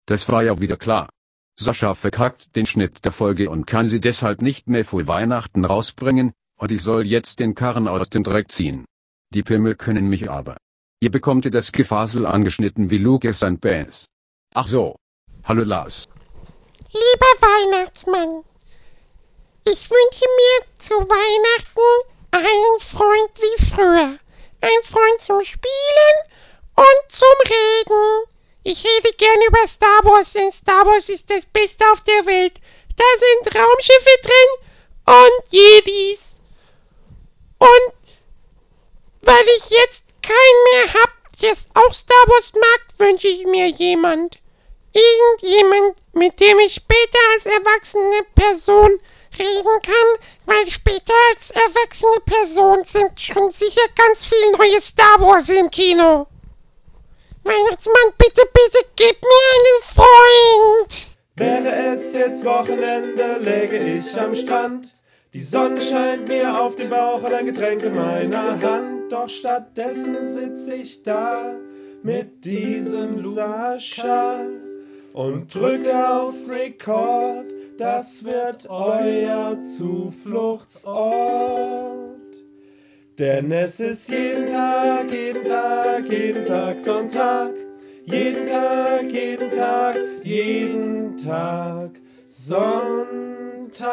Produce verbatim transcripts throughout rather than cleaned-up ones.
Das war ja wieder klar. Sascha verkackt den Schnitt der Folge und kann sie deshalb nicht mehr vor Weihnachten rausbringen, und ich soll jetzt den Karren aus dem Dreck ziehen. Die Pimmel können mich aber. Ihr bekommt das Gefasel angeschnitten wie Lucas und Benz. Ach so. Hallo Lars. Lieber Weihnachtsmann, ich wünsche mir zu Weihnachten einen Freund wie früher. Ein Freund zum Spielen und zum Reden. Ich rede gern über Star Wars, denn Star Wars ist das Beste auf der Welt. Da sind Raumschiffe drin und Jedis. Und weil ich jetzt keinen mehr hab, der auch Star Wars mag, wünsche ich mir jemand. Irgendjemand, mit dem ich später als erwachsene Person reden kann, weil später als erwachsene Person sind schon sicher ganz viele neue Star Wars im Kino. Weihnachtsmann, bitte, bitte, gib mir einen Freund! Wäre es jetzt Wochenende, läge ich am Strand. Die Sonne scheint mir auf den Bauch und ein Getränk in meiner Hand. Doch stattdessen sitz ich da mit diesem Sascha und drück auf Record. Das wird euer Zufluchtsort. Denn es ist jeden Tag, jeden Tag, jeden Tag Sonntag. Jeden Tag, jeden Tag, jeden Tag Sonntag.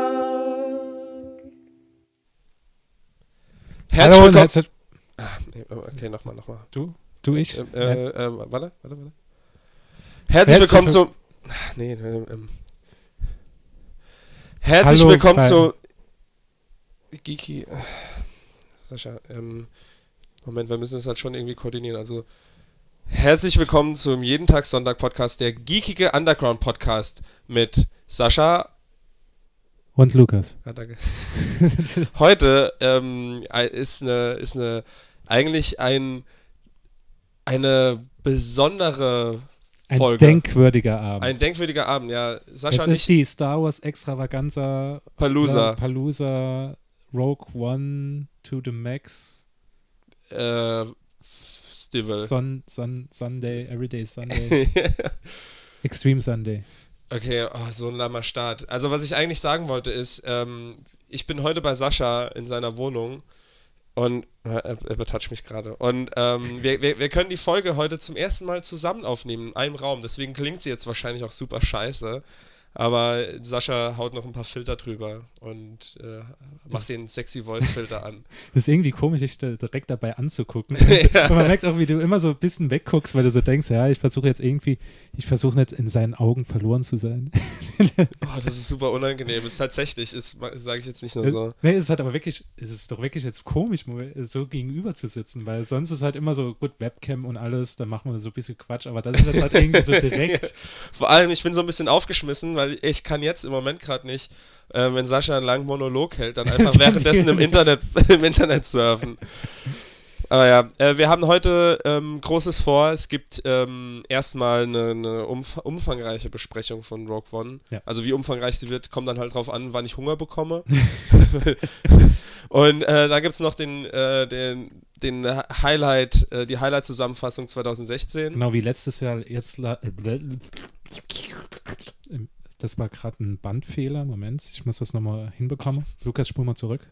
Herzlich Hallo und willkommen. herzlich... Ah, nee, okay, nochmal, nochmal. Du? Du, ich? Äh, Ja. äh, äh, warte, warte, warte. Herzlich, Herzlich willkommen will- zu... Ach, nee, äh, ähm. Herzlich Hallo, willkommen Kai. zu... Geeky... äh, Sascha, ähm... Moment, wir müssen das halt schon irgendwie koordinieren, also... Herzlich willkommen zum Jeden Tag Sonntag Podcast, der geekige Underground Podcast mit Sascha. Und Lukas. Ah, danke. Heute ähm, ist eine, ist eine, eigentlich ein, eine besondere Ein Folge. denkwürdiger Abend. Ein denkwürdiger Abend, ja. Sascha es und ist ich, die Star Wars Extravaganza Palooza. äh, Palooza Rogue One to the Max Äh, Stival. Sun, Sun, Sunday, Everyday Sunday, Extreme Sunday. Okay, oh, so ein lammer Start. Also was ich eigentlich sagen wollte ist, ähm, ich bin heute bei Sascha in seiner Wohnung und äh, er, er betatscht mich gerade. Und ähm, wir, wir, wir können die Folge heute zum ersten Mal zusammen aufnehmen, in einem Raum. Deswegen klingt sie jetzt wahrscheinlich auch super scheiße. Aber Sascha haut noch ein paar Filter drüber und äh, macht Es- den sexy Voice-Filter an. Das ist irgendwie komisch, dich da direkt dabei anzugucken. Und, Ja. und man merkt auch, wie du immer so ein bisschen wegguckst, weil du so denkst, ja, ich versuche jetzt irgendwie, ich versuche nicht in seinen Augen verloren zu sein. Oh, das ist super unangenehm. Ist tatsächlich, ist, sage ich jetzt nicht nur so. Nee, es ist halt aber wirklich, es ist doch wirklich jetzt komisch, so gegenüber zu sitzen, weil sonst ist halt immer so, gut, Webcam und alles, dann machen wir so ein bisschen Quatsch, aber das ist jetzt halt irgendwie so direkt. Vor allem, ich bin so ein bisschen aufgeschmissen, weil ich kann jetzt im Moment gerade nicht, äh, wenn Sascha einen langen Monolog hält, dann einfach währenddessen im Internet, im Internet surfen. Aber ja, äh, wir haben heute ähm, Großes vor. Es gibt ähm, erstmal eine, eine umf- umfangreiche Besprechung von Rogue One. Ja. Also wie umfangreich sie wird, kommt dann halt drauf an, wann ich Hunger bekomme. Und äh, da gibt es noch den, äh, den, den Highlight, äh, die Highlight-Zusammenfassung zwanzig sechzehn. Genau wie letztes Jahr, jetzt, la- äh, das war gerade ein Bandfehler, Moment, ich muss das nochmal hinbekommen. Lukas, spul mal zurück.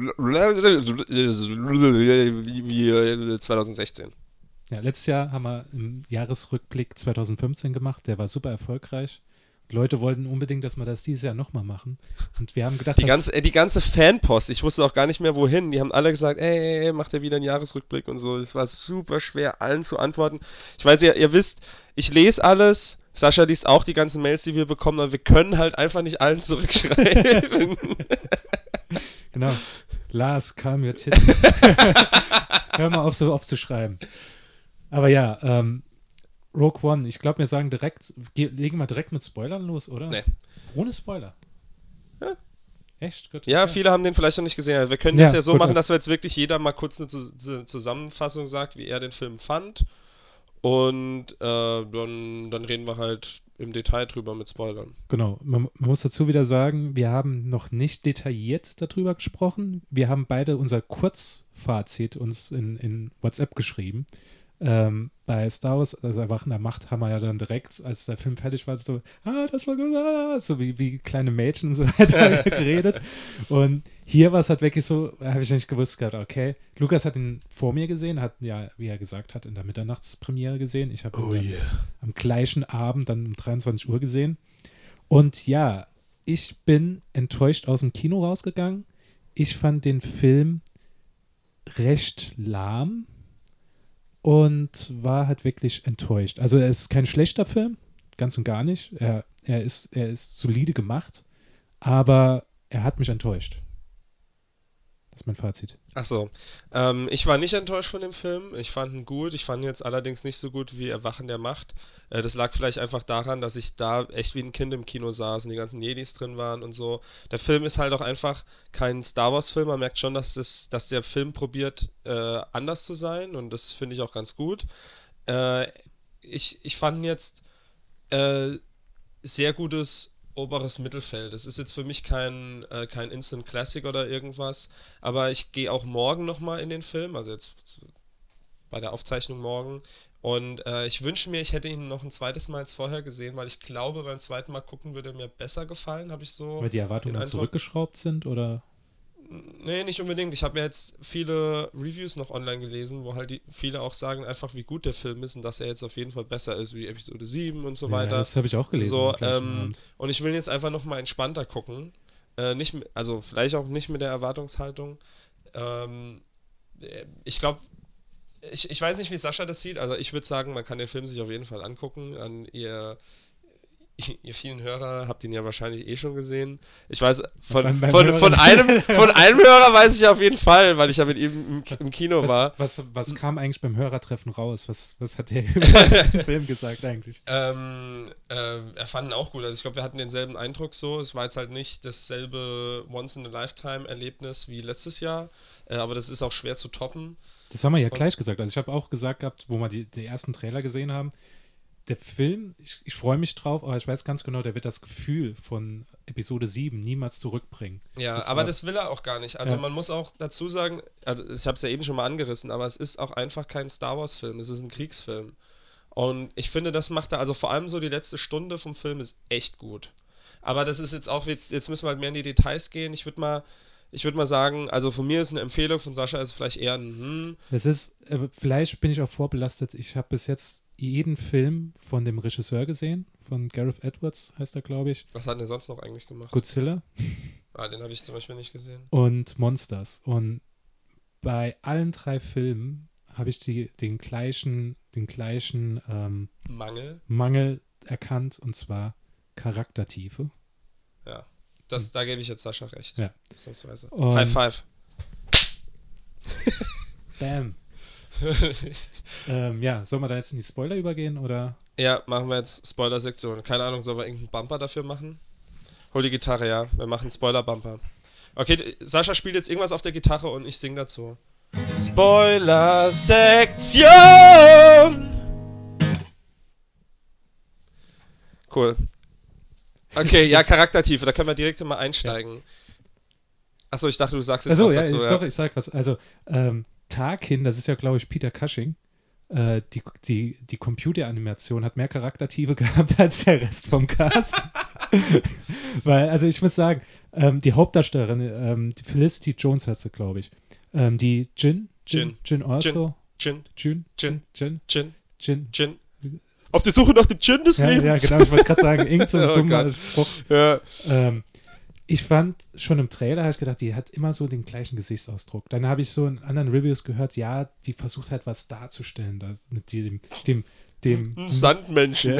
zwanzig sechzehn. Ja, letztes Jahr haben wir einen Jahresrückblick zwanzig fünfzehn gemacht, der war super erfolgreich. Leute wollten unbedingt, dass wir das dieses Jahr nochmal machen. Und wir haben gedacht, Die dass- ganze, äh, die ganze Fanpost, ich wusste auch gar nicht mehr wohin. Die haben alle gesagt, ey, ey, ey, macht ihr wieder einen Jahresrückblick und so. Es war super schwer, allen zu antworten. Ich weiß ja, ihr wisst, ich lese alles. Sascha liest auch die ganzen Mails, die wir bekommen, aber wir können halt einfach nicht allen zurückschreiben. Genau. Lars, calm your tits. Hör mal auf, so aufzuschreiben. Aber ja, ähm, Rogue One, ich glaube, wir sagen direkt, ge- legen wir direkt mit Spoilern los, oder? Nee. Ohne Spoiler. Ja. Echt? Gut. Ja, okay. viele haben den vielleicht noch nicht gesehen. Wir können Ja, das ja so gut, machen, ja. dass wir jetzt wirklich jeder mal kurz eine Zus- Zus- Zusammenfassung sagt, wie er den Film fand. Und äh, dann, dann reden wir halt im Detail drüber mit Spoilern. Genau. Man, man muss dazu wieder sagen, wir haben noch nicht detailliert darüber gesprochen. Wir haben beide unser Kurzfazit uns in, in WhatsApp geschrieben. Ähm, bei Star Wars, also Erwachen der Macht, haben wir ja dann direkt, als der Film fertig war, so, ah, das war gut, ah, so wie, wie kleine Mädchen und so weiter geredet. Und hier war es halt wirklich so, habe ich nicht gewusst gehabt, okay, Lukas hat ihn vor mir gesehen, hat ja, wie er gesagt hat, in der Mitternachtspremiere gesehen. Ich habe ihn Oh dann yeah. am gleichen Abend dann um dreiundzwanzig Uhr gesehen. Und ja, ich bin enttäuscht aus dem Kino rausgegangen. Ich fand den Film recht lahm und war halt wirklich enttäuscht. Also er ist kein schlechter Film, ganz und gar nicht. Er, er, ist, er ist solide gemacht, aber er hat mich enttäuscht. Das ist mein Fazit. Ach so. Ähm, ich war nicht enttäuscht von dem Film. Ich fand ihn gut. Ich fand ihn jetzt allerdings nicht so gut wie Erwachen der Macht. Äh, das lag vielleicht einfach daran, dass ich da echt wie ein Kind im Kino saß und die ganzen Jedis drin waren und so. Der Film ist halt auch einfach kein Star Wars-Film. Man merkt schon, dass, das, dass der Film probiert, äh, anders zu sein und das finde ich auch ganz gut. Äh, ich, ich fand ihn jetzt äh, sehr gutes oberes Mittelfeld. Das ist jetzt für mich kein, äh, kein Instant Classic oder irgendwas, aber ich gehe auch morgen nochmal in den Film, also jetzt bei der Aufzeichnung morgen und äh, ich wünsche mir, ich hätte ihn noch ein zweites Mal als vorher gesehen, weil ich glaube, beim zweiten Mal gucken würde er mir besser gefallen, habe ich so. Weil die Erwartungen den dann Eindruck. zurückgeschraubt sind, oder? Nee, nicht unbedingt. Ich habe ja jetzt viele Reviews noch online gelesen, wo halt die, viele auch sagen einfach, wie gut der Film ist und dass er jetzt auf jeden Fall besser ist wie Episode sieben und so Ja, weiter. das habe ich auch gelesen. So, am gleichen ähm, Abend. und ich will jetzt einfach nochmal entspannter gucken. Äh, nicht, mi- also vielleicht auch nicht mit der Erwartungshaltung. Ähm, äh, ich glaube, ich, ich weiß nicht, wie Sascha das sieht. Also ich würde sagen, man kann den Film sich auf jeden Fall angucken. An ihr, ihr vielen Hörer habt ihn ja wahrscheinlich eh schon gesehen. Ich weiß, von, Beim- beim von, Hörer- von, einem, von einem Hörer weiß ich auf jeden Fall, weil ich ja mit ihm im, im Kino Was, war. was, was kam eigentlich beim Hörertreffen raus? Was, was hat der über den Film gesagt eigentlich? Ähm, äh, er fand ihn auch gut. Also ich glaube, wir hatten denselben Eindruck so. Es war jetzt halt nicht dasselbe Once-in-a-Lifetime-Erlebnis wie letztes Jahr, äh, aber das ist auch schwer zu toppen. Das haben wir ja gleich gesagt. Also ich habe auch gesagt gehabt, wo wir die, die ersten Trailer gesehen haben, der Film, ich, ich freue mich drauf, aber ich weiß ganz genau, der wird das Gefühl von Episode sieben niemals zurückbringen. Ja, Das aber war- das will er auch gar nicht. Also Ja. man muss auch dazu sagen, also ich habe es ja eben schon mal angerissen, aber es ist auch einfach kein Star Wars-Film, es ist ein Kriegsfilm. Und ich finde, das macht er, also vor allem so die letzte Stunde vom Film ist echt gut. Aber das ist jetzt auch, jetzt, jetzt müssen wir halt mehr in die Details gehen. Ich würde mal, ich würde mal sagen, also von mir ist eine Empfehlung, von Sascha ist es vielleicht eher ein hm. Es ist, äh, vielleicht bin ich auch vorbelastet. Ich habe bis jetzt jeden Film von dem Regisseur gesehen, von Gareth Edwards heißt er, glaube ich. Was hat denn der sonst noch eigentlich gemacht? Godzilla Ah, den habe ich zum Beispiel nicht gesehen. und Monsters. Und bei allen drei Filmen habe ich die, den gleichen, den gleichen ähm, Mangel? Mangel erkannt, und zwar Charaktertiefe. Ja. Das, da gebe ich jetzt Sascha recht. Ja. Ausnahmsweise. Und- High five. Bam. ähm, ja, sollen wir da jetzt in die Spoiler übergehen, oder? Ja, machen wir jetzt Spoiler-Sektion. Keine Ahnung, sollen wir irgendeinen Bumper dafür machen? Hol die Gitarre, ja. Wir machen Spoiler-Bumper. Okay, d- Sascha spielt jetzt irgendwas auf der Gitarre und ich singe dazu. Spoiler-Sektion! Cool. Okay, ja, Charaktertiefe, da können wir direkt mal einsteigen. Achso, ich dachte, du sagst jetzt Also was ja, dazu. ich, ja. doch, ich sag was. Also ähm, Tarkin, das ist ja, glaube ich, Peter Cushing. Äh, die, die, die Computeranimation hat mehr Charaktertiefe gehabt als der Rest vom Cast. Weil, also ich muss sagen, ähm, die Hauptdarstellerin, ähm, die Felicity Jones heißt sie, glaube ich. Ähm, die Jin, Jin, Jin Orso, Gin, Jin, Jin, Jin, Gin, Jin. Gin. Auf der Suche nach dem Gin des Ja, ja, Lebens. genau, ich wollte gerade sagen, irgend so ein Oh dummer Gott. Spruch. Ja. Ähm, ich fand schon im Trailer, habe ich gedacht, die hat immer so den gleichen Gesichtsausdruck. Dann habe ich so in anderen Reviews gehört, ja, die versucht halt was darzustellen, da, mit dem, dem, dem Ein Sandmenschen. Ja.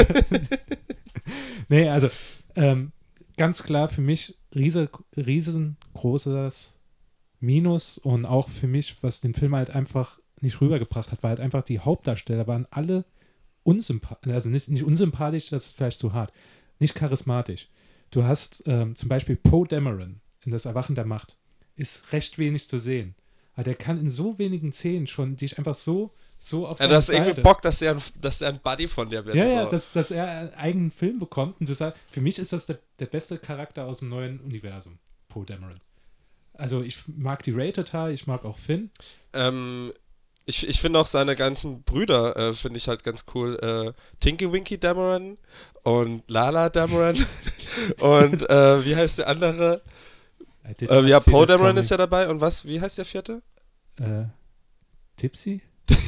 Nee, also ähm, ganz klar für mich riese, riesengroßes Minus, und auch für mich, was den Film halt einfach nicht rübergebracht hat, war halt einfach, die Hauptdarsteller waren alle unsympathisch, also nicht, nicht unsympathisch, das ist vielleicht zu hart, nicht charismatisch. Du hast ähm, zum Beispiel Poe Dameron in Das Erwachen der Macht, ist recht wenig zu sehen. Aber der kann in so wenigen Szenen schon dich einfach so, so auf Ja, seine du hast Seite. irgendwie Bock, dass er ein, dass er ein Buddy von dir wird. Ja, so. ja, dass, dass er einen eigenen Film bekommt. Und du sagst, für mich ist das der, der beste Charakter aus dem neuen Universum, Poe Dameron. Also ich mag die Ray total, ich mag auch Finn. Ähm, Ich, ich finde auch seine ganzen Brüder, äh, finde ich halt ganz cool. Äh, Tinky Winky Dameron und Lala Dameron und äh, wie heißt der andere? Äh, ja, Poe Dameron ist ja dabei und was, wie heißt der vierte? Äh, Tipsy?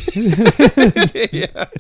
Ja.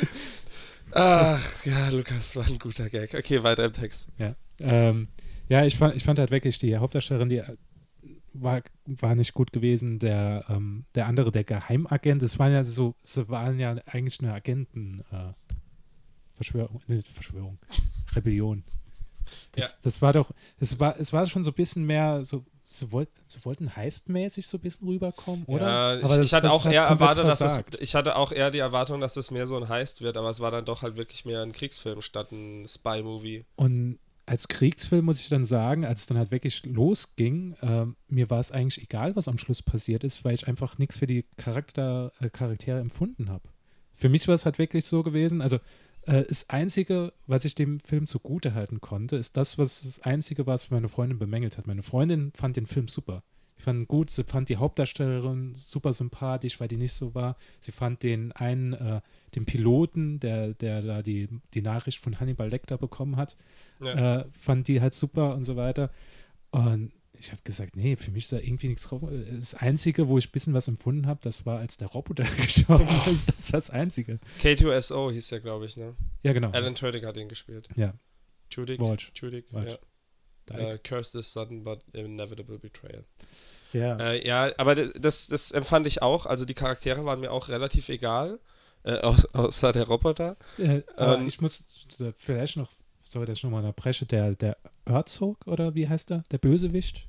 Ach, ja, Lukas, war ein guter Gag. Okay, weiter im Text. Ja, ähm, ja ich, fand, ich fand halt wirklich die Hauptdarstellerin, die war, war nicht gut gewesen. Der, ähm, der andere, der Geheimagent, es waren ja so, es waren ja eigentlich eine Agenten äh, Verschwörung, ne, Verschwörung, Rebellion. Das, Ja. das war doch, es war, es war schon so ein bisschen mehr, so, sie, wollt, sie wollten heistmäßig so ein bisschen rüberkommen, oder? Ja, ich, Aber das- ich hatte das auch hat eher komplett erwartet, dass es, versagt. ich hatte auch eher die Erwartung, dass es mehr so ein Heist wird, aber es war dann doch halt wirklich mehr ein Kriegsfilm statt ein Spy-Movie. Und als Kriegsfilm muss ich dann sagen, als es dann halt wirklich losging, ähm, mir war es eigentlich egal, was am Schluss passiert ist, weil ich einfach nichts für die Charakter, äh, Charaktere empfunden habe. Für mich war es halt wirklich so gewesen, also äh, das Einzige, was ich dem Film zugute halten konnte, ist das, was das Einzige war, was meine Freundin bemängelt hat. Meine Freundin fand den Film super. Ich fand ihn gut, sie fand die Hauptdarstellerin super sympathisch, weil die nicht so war. Sie fand den einen, äh, den Piloten, der, der da die, die Nachricht von Hannibal Lecter bekommen hat, Ja. äh, fand die halt super und so weiter. Und ich habe gesagt, nee, für mich ist da irgendwie nichts drauf. Das Einzige, wo ich ein bisschen was empfunden habe, das war, als der Roboter gestorben ist. Das war das Einzige. K zwei S O hieß der, glaube ich, ne? Ja, genau. Alan Tudyk hat ihn gespielt. Ja. Tudyk? Walsh. Tudyk, Walsh. ja. Dyke. Äh, Curse is sudden but inevitable betrayal. Ja. Äh, ja, aber d- das, das empfand ich auch. Also die Charaktere waren mir auch relativ egal. Äh, au- außer der Roboter. Äh, aber Ähm, ich muss äh, vielleicht noch, sorry, dass ich nochmal unterbreche, der, der Herzog, oder wie heißt der? Der Bösewicht?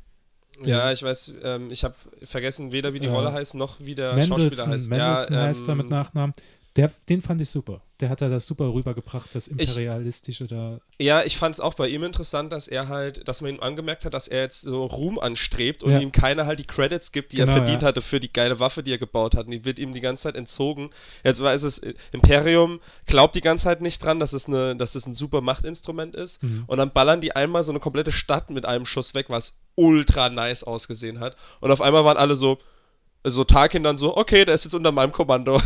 Ja, ich weiß, ähm, ich habe vergessen, weder wie die Äh, Rolle heißt, noch wie der Schauspieler Mendelssohn, heißt. Mendelssohn ja, heißt er mit ähm, Nachnamen. Der, den fand ich super. Der hat da das super rübergebracht, das Imperialistische da. Ja, ich fand es auch bei ihm interessant, dass er halt, dass man ihm angemerkt hat, dass er jetzt so Ruhm anstrebt und Ja. ihm keiner halt die Credits gibt, die Genau, er verdient ja. hatte für die geile Waffe, die er gebaut hat. Und die wird ihm die ganze Zeit entzogen. Jetzt weiß es, Imperium glaubt die ganze Zeit nicht dran, dass es, eine, dass es ein super Machtinstrument ist. Mhm. Und dann ballern die einmal so eine komplette Stadt mit einem Schuss weg, was ultra nice ausgesehen hat. Und auf einmal waren alle so, so Tarkin dann so, okay, der ist jetzt unter meinem Kommando.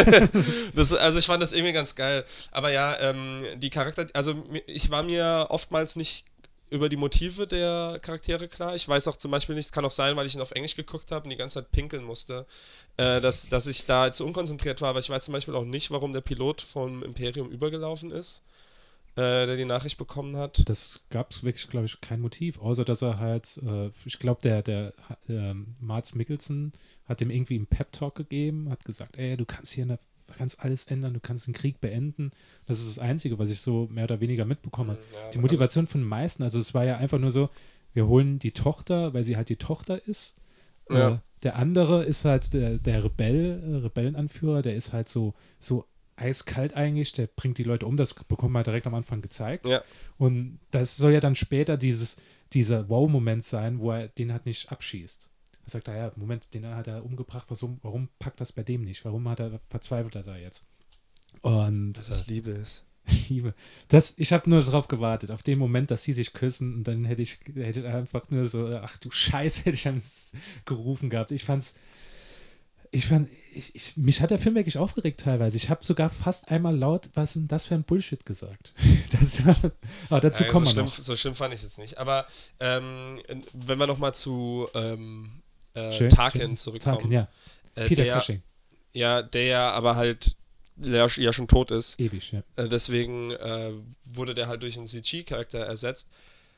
das, also ich fand das irgendwie ganz geil. Aber ja, ähm, die Charakter, also mi- ich war mir oftmals nicht über die Motive der Charaktere klar. Ich weiß auch zum Beispiel nicht, es kann auch sein, weil ich ihn auf Englisch geguckt habe und die ganze Zeit pinkeln musste, äh, dass, dass ich da zu unkonzentriert war, aber ich weiß zum Beispiel auch nicht, warum der Pilot vom Imperium übergelaufen ist, äh, der die Nachricht bekommen hat. Das gab es wirklich, glaube ich, kein Motiv, außer dass er halt, äh, ich glaube, der, der äh, Mads Mikkelsen hat ihm irgendwie einen Pep-Talk gegeben, hat gesagt, ey, du kannst hier eine, kannst alles ändern, du kannst den Krieg beenden. Das ist das Einzige, was ich so mehr oder weniger mitbekommen habe. Ja, Die Motivation von den meisten, also es war ja einfach nur so, wir holen die Tochter, weil sie halt die Tochter ist. Ja. Äh, der andere ist halt der, der Rebell, äh, Rebellenanführer, der ist halt so, so eiskalt eigentlich, der bringt die Leute um, das bekommen wir direkt am Anfang gezeigt. Ja. Und das soll ja dann später dieses, dieser Wow-Moment sein, wo er den halt nicht abschießt. Er sagt, ja, Moment, den hat er umgebracht, warum, warum packt das bei dem nicht? Warum hat er, verzweifelt er da jetzt? Und Das Liebe ist. Liebe. Das, ich habe nur darauf gewartet, auf den Moment, dass sie sich küssen und dann hätte ich, hätte ich einfach nur so, ach du Scheiße, hätte ich dann gerufen gehabt. Ich fand's, ich fand, ich, ich, mich hat der Film wirklich aufgeregt teilweise. Ich habe sogar fast einmal laut, was ist denn das für ein Bullshit gesagt. Das, aber dazu Ja, kommen so wir schlimm, noch. So schlimm fand ich es jetzt nicht. Aber ähm, wenn wir nochmal zu ähm, äh, Schön, Tarkin schön. zurückkommen. Tarkin, ja. äh, Peter der, Cushing, Ja, der ja aber halt ja, ja schon tot ist. ewig, ja. Äh, deswegen äh, wurde der halt durch einen C G-Charakter ersetzt.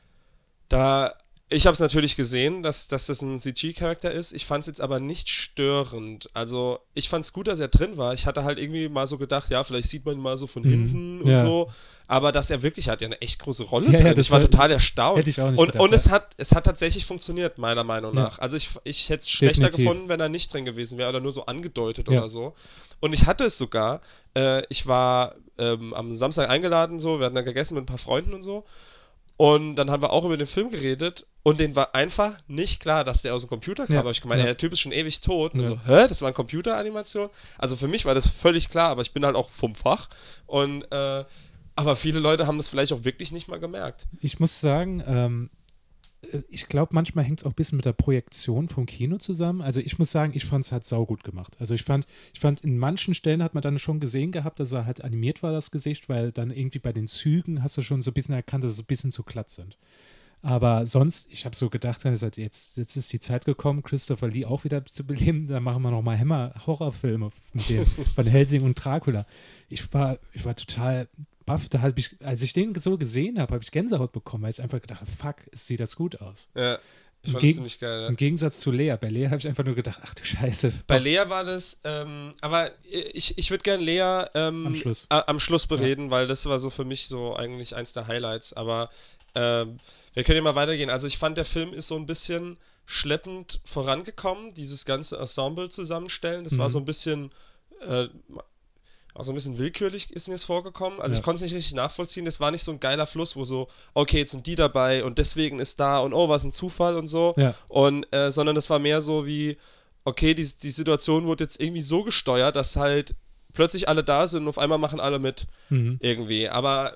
Da, ich habe es natürlich gesehen, dass, dass das ein C G-Charakter ist. Ich fand es jetzt aber nicht störend. Also, ich fand es gut, dass er drin war. Ich hatte halt irgendwie mal so gedacht, ja, vielleicht sieht man ihn mal so von Mhm. hinten und Ja. so. Aber dass er wirklich hat ja eine echt große Rolle Ja, ja, drin. das ich war war- total erstaunt. Hätte ich auch nicht Und, gedacht, und ja. es hat es hat tatsächlich funktioniert, meiner Meinung Ja. nach. Also ich, ich hätte es schlechter Definitiv. gefunden, wenn er nicht drin gewesen wäre oder nur so angedeutet Ja. oder so. Und ich hatte es sogar, äh, ich war ähm, am Samstag eingeladen, so, wir hatten da gegessen mit ein paar Freunden und so. Und dann haben wir auch über den Film geredet und denen war einfach nicht klar, dass der aus dem Computer kam. Ja. Da habe ich gemeint, Ja. der Typ ist schon ewig tot. Und Ja. so, hä, das war eine Computeranimation? Also für mich war das völlig klar, aber ich bin halt auch vom Fach. Und, äh, aber viele Leute haben das vielleicht auch wirklich nicht mal gemerkt. Ich muss sagen, ähm, ich glaube, manchmal hängt es auch ein bisschen mit der Projektion vom Kino zusammen. Also ich muss sagen, ich fand es halt saugut gemacht. Also ich fand, ich fand, in manchen Stellen hat man dann schon gesehen gehabt, dass er halt animiert war, das Gesicht, weil dann irgendwie bei den Zügen hast du schon so ein bisschen erkannt, dass es ein bisschen zu glatt sind. Aber sonst, ich habe so gedacht, jetzt, jetzt ist die Zeit gekommen, Christopher Lee auch wieder zu beleben, dann machen wir nochmal Hammer-Horrorfilme mit dem, von Helsing und Dracula. Ich war, ich war total baff, da hab ich, als ich den so gesehen habe, habe ich Gänsehaut bekommen, weil ich einfach gedacht habe, fuck, sieht das gut aus. Ja, ich fand Im es ziemlich geil. Ja. Im Gegensatz zu Lea. Bei Lea habe ich einfach nur gedacht, ach du Scheiße. Bei Lea war das, ähm, aber ich, ich würde gerne Lea ähm, am Schluss, a, am Schluss bereden, ja. weil das war so für mich so eigentlich eins der Highlights, aber ähm, wir können ja mal weitergehen. Also ich fand, der Film ist so ein bisschen schleppend vorangekommen, dieses ganze Ensemble zusammenstellen. Das mhm. war so ein bisschen, äh, auch so ein bisschen willkürlich ist mir es vorgekommen. Also ja. ich konnte es nicht richtig nachvollziehen. Das war nicht so ein geiler Fluss, wo so, okay, jetzt sind die dabei und deswegen ist da und oh, was ein Zufall und so. Ja. Und, äh, sondern das war mehr so wie, okay, die, die Situation wurde jetzt irgendwie so gesteuert, dass halt plötzlich alle da sind und auf einmal machen alle mit mhm. irgendwie. Aber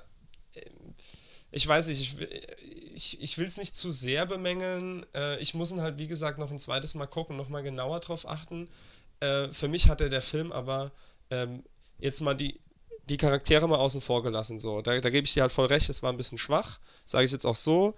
ich weiß nicht, ich, ich, ich will es nicht zu sehr bemängeln. Äh, ich muss ihn halt, wie gesagt, noch ein zweites Mal gucken, noch mal genauer drauf achten. Äh, für mich hatte der Film aber ähm, jetzt mal die, die Charaktere mal außen vor gelassen. So. Da, da gebe ich dir halt voll recht, es war ein bisschen schwach, sage ich jetzt auch so.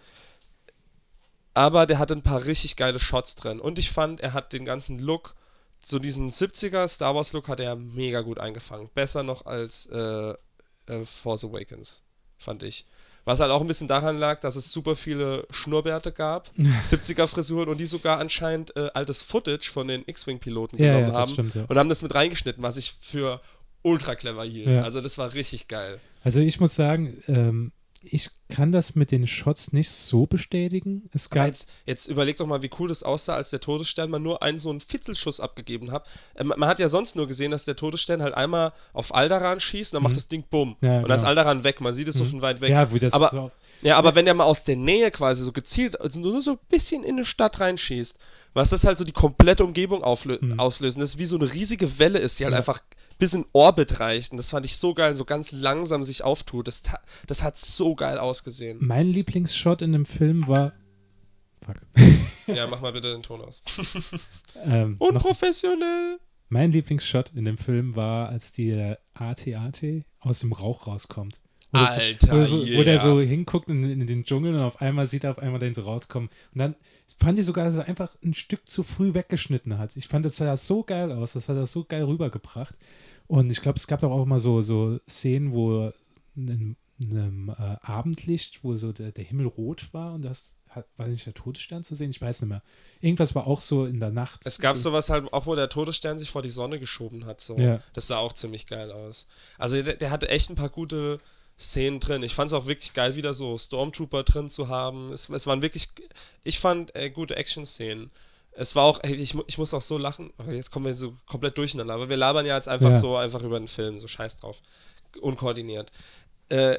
Aber der hatte ein paar richtig geile Shots drin. Und ich fand, er hat den ganzen Look, so diesen siebziger Star Wars Look hat er mega gut eingefangen. Besser noch als äh, äh, Force Awakens, fand ich. Was halt auch ein bisschen daran lag, dass es super viele Schnurrbärte gab, siebziger-Frisuren und die sogar anscheinend äh, altes Footage von den X-Wing-Piloten ja, genommen ja, das haben stimmt, ja. und haben das mit reingeschnitten, was ich für ultra clever hielt. Ja. Also das war richtig geil. Also ich muss sagen, ähm, ich kann das mit den Shots nicht so bestätigen. Es Aber gab jetzt, jetzt überleg doch mal, wie cool das aussah, als der Todesstern mal nur einen so einen Fitzelschuss abgegeben hat. Ähm, man hat ja sonst nur gesehen, dass der Todesstern halt einmal auf Alderaan schießt, dann Mhm. macht das Ding bumm. Ja, und dann ist genau. Alderaan weg, man sieht es so Mhm. von weit weg. Ja, wie das aber, so. Ja, aber wenn der mal aus der Nähe quasi so gezielt, also nur so ein bisschen in eine Stadt reinschießt, was das halt so die komplette Umgebung auflö- Mhm. auslösen, das ist wie so eine riesige Welle ist, die halt Ja. einfach bis in Orbit reicht. Und das fand ich so geil, so ganz langsam sich auftut. Das, ta- das hat so geil ausgesehen. Mein Lieblingsshot in dem Film war. Fuck. Ja, mach mal bitte den Ton aus. ähm, noch, Unprofessionell. mein Lieblingsshot in dem Film war, als die A T A T aus dem Rauch rauskommt. Wo das- Alter, wo, so, yeah. wo der so hinguckt in, in den Dschungel und auf einmal sieht er auf einmal den so rauskommen. Und dann fand ich sogar, dass er einfach ein Stück zu früh weggeschnitten hat. Ich fand, das sah so geil aus, das hat er so geil rübergebracht. Und ich glaube, es gab doch auch mal so, so Szenen, wo in einem äh, Abendlicht, wo so der, der Himmel rot war und das hat, war nicht der Todesstern zu sehen? Ich weiß nicht mehr. Irgendwas war auch so in der Nacht. Es gab sowas halt auch, wo der Todesstern sich vor die Sonne geschoben hat. So. Ja. Das sah auch ziemlich geil aus. Also der, der hatte echt ein paar gute Szenen drin. Ich fand es auch wirklich geil, wieder so Stormtrooper drin zu haben. Es, es waren wirklich, ich fand äh, gute Action-Szenen. Es war auch, ey, ich, mu- ich muss auch so lachen, oh, jetzt kommen wir so komplett durcheinander, aber wir labern ja jetzt einfach Ja. so einfach über den Film, so scheiß drauf. Unkoordiniert. Äh,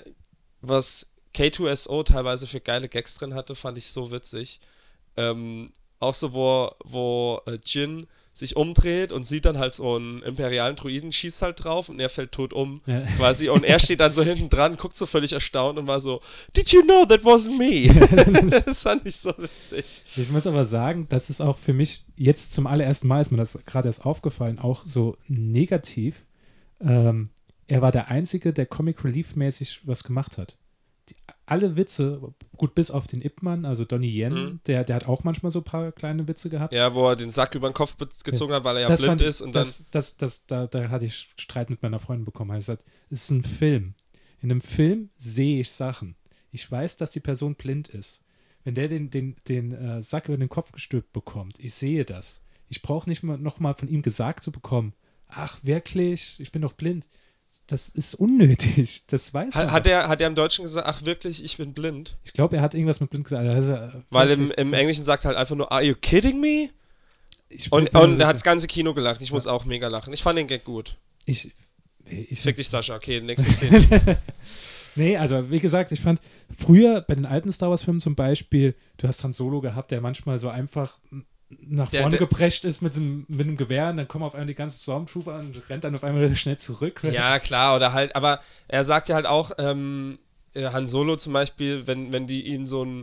was K zwei S O teilweise für geile Gags drin hatte, fand ich so witzig. Ähm, auch so, wo, wo äh, Jin sich umdreht und sieht dann halt so einen imperialen Druiden, schießt halt drauf und er fällt tot um, Ja. quasi. Und er steht dann so hinten dran, guckt so völlig erstaunt und war so, Did you know that wasn't me? Das fand ich so witzig. Ich muss aber sagen, das ist auch für mich jetzt zum allerersten Mal, ist mir das gerade erst aufgefallen, auch so negativ. Ähm, er war der Einzige, der Comic Relief-mäßig was gemacht hat. Die, alle Witze, gut, bis auf den Ip-Man, also Donnie Yen, Mhm. der, der hat auch manchmal so ein paar kleine Witze gehabt. Ja, wo er den Sack über den Kopf be- gezogen hat, weil er ja Das blind fand- ist und dann. das, das, das, da, da hatte ich Streit mit meiner Freundin bekommen. Ich gesagt, es ist ein Film. In einem Film sehe ich Sachen. Ich weiß, dass die Person blind ist. Wenn der den, den, den äh, Sack über den Kopf gestülpt bekommt, ich sehe das. Ich brauche nicht mal noch mal von ihm gesagt zu bekommen, ach, wirklich, ich bin doch blind. Das ist unnötig. Das weiß man. Hat, hat, er, hat er im Deutschen gesagt, ach wirklich, ich bin blind? Ich glaube, er hat irgendwas mit blind gesagt. Also, äh, Weil im, wirklich, im Englischen sagt er halt einfach nur, are you kidding me? ich Und, bin mir und sicher. er hat das ganze Kino gelacht. Ich muss auch mega lachen. Ich fand den Gag gut. Ich, ich, Fick dich, Sascha. Okay, nächste Szene. Nee, also wie gesagt, ich fand früher bei den alten Star Wars-Filmen zum Beispiel, du hast Han Solo gehabt, der manchmal so einfach nach Der- vorne der- geprescht ist mit einem, mit einem Gewehr und dann kommen auf einmal die ganzen Stormtrooper und rennt dann auf einmal wieder schnell zurück. Ja, klar, oder halt, aber er sagt ja halt auch, ähm, äh, Han Solo zum Beispiel, wenn, wenn die ihm so ein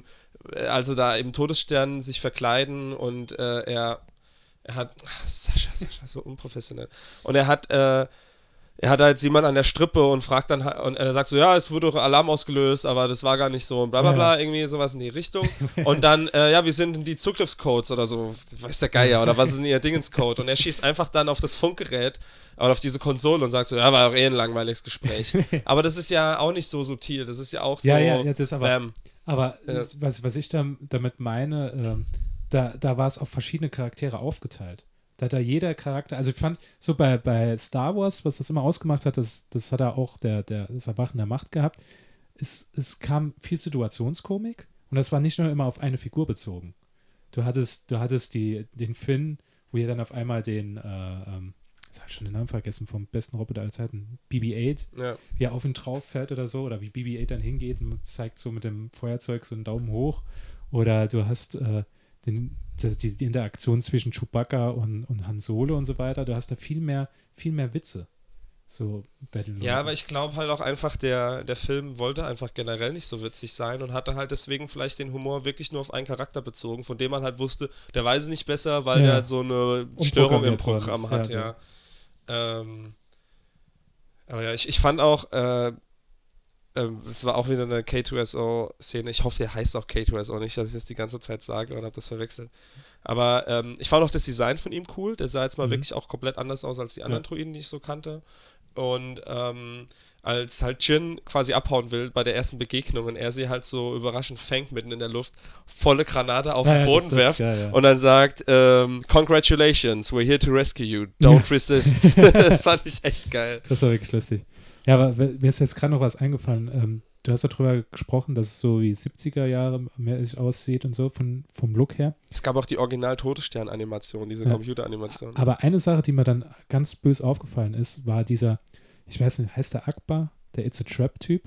also da im Todesstern sich verkleiden und äh, er, er hat, ach, Sascha, Sascha, so unprofessionell. Und er hat, äh, er hat halt jemand an der Strippe und fragt dann, und er sagt so, ja, es wurde doch Alarm ausgelöst, aber das war gar nicht so und bla bla bla, ja. irgendwie sowas in die Richtung. Und dann, äh, ja, wir sind in die Zugriffscodes oder so, weiß der Geier, oder was ist denn ihr Dingenscode? Und er schießt einfach dann auf das Funkgerät oder auf diese Konsole und sagt so, ja, war auch eh ein langweiliges Gespräch. Aber das ist ja auch nicht so subtil, das ist ja auch so. Ja, ja, ja, das ist aber, ähm, aber äh, was, was ich da, damit meine, ähm, da, da war es auf verschiedene Charaktere aufgeteilt. Da hat da jeder Charakter, also ich fand, so bei, bei Star Wars, was das immer ausgemacht hat, das, das hat er auch der, der, das Erwachen der Macht gehabt, es, es kam viel Situationskomik und das war nicht nur immer auf eine Figur bezogen. Du hattest, du hattest die, den Finn, wo ihr dann auf einmal den, äh, ähm, jetzt habe ich schon den Namen vergessen, vom besten Roboter aller Zeiten, B B acht, ja. wie er auf ihn drauf fährt oder so, oder wie B B acht dann hingeht und zeigt so mit dem Feuerzeug so einen Daumen hoch. Oder du hast äh, den, das, die, die Interaktion zwischen Chewbacca und, und Han Solo und so weiter. Du hast da viel mehr, viel mehr Witze. So Battle Ja, aber ich glaube halt auch einfach, der, der Film wollte einfach generell nicht so witzig sein und hatte halt deswegen vielleicht den Humor wirklich nur auf einen Charakter bezogen, von dem man halt wusste, der weiß es nicht besser, weil Ja. der so eine Störung im Umprogrammiert worden Programm ist, hat, ja, ja. Ähm, aber ja, ich, ich fand auch, äh, ähm, es war auch wieder eine K zwei S O-Szene. Ich hoffe, der heißt auch K zwei S O, nicht, dass ich das die ganze Zeit sage und habe das verwechselt. Aber ähm, ich fand auch das Design von ihm cool. Der sah jetzt mal Mhm. wirklich auch komplett anders aus als die anderen Ja. Droiden, die ich so kannte. Und ähm, als halt Jin quasi abhauen will bei der ersten Begegnung und er sie halt so überraschend fängt mitten in der Luft, volle Granate auf Ja, den ja, Boden das- das werft ist geil, ja. und dann sagt, ähm, Congratulations, we're here to rescue you, don't resist. Das fand ich echt geil. Das war wirklich lustig. Ja, aber w- mir ist jetzt gerade noch was eingefallen. Ähm, du hast darüber gesprochen, dass es so wie siebziger Jahre mäßig aussieht und so von, vom Look her. Es gab auch die Original-Todesstern-Animation, diese Ja. Computeranimation. Aber eine Sache, die mir dann ganz bös aufgefallen ist, war dieser, ich weiß nicht, heißt der Akbar, der It's a Trap-Typ?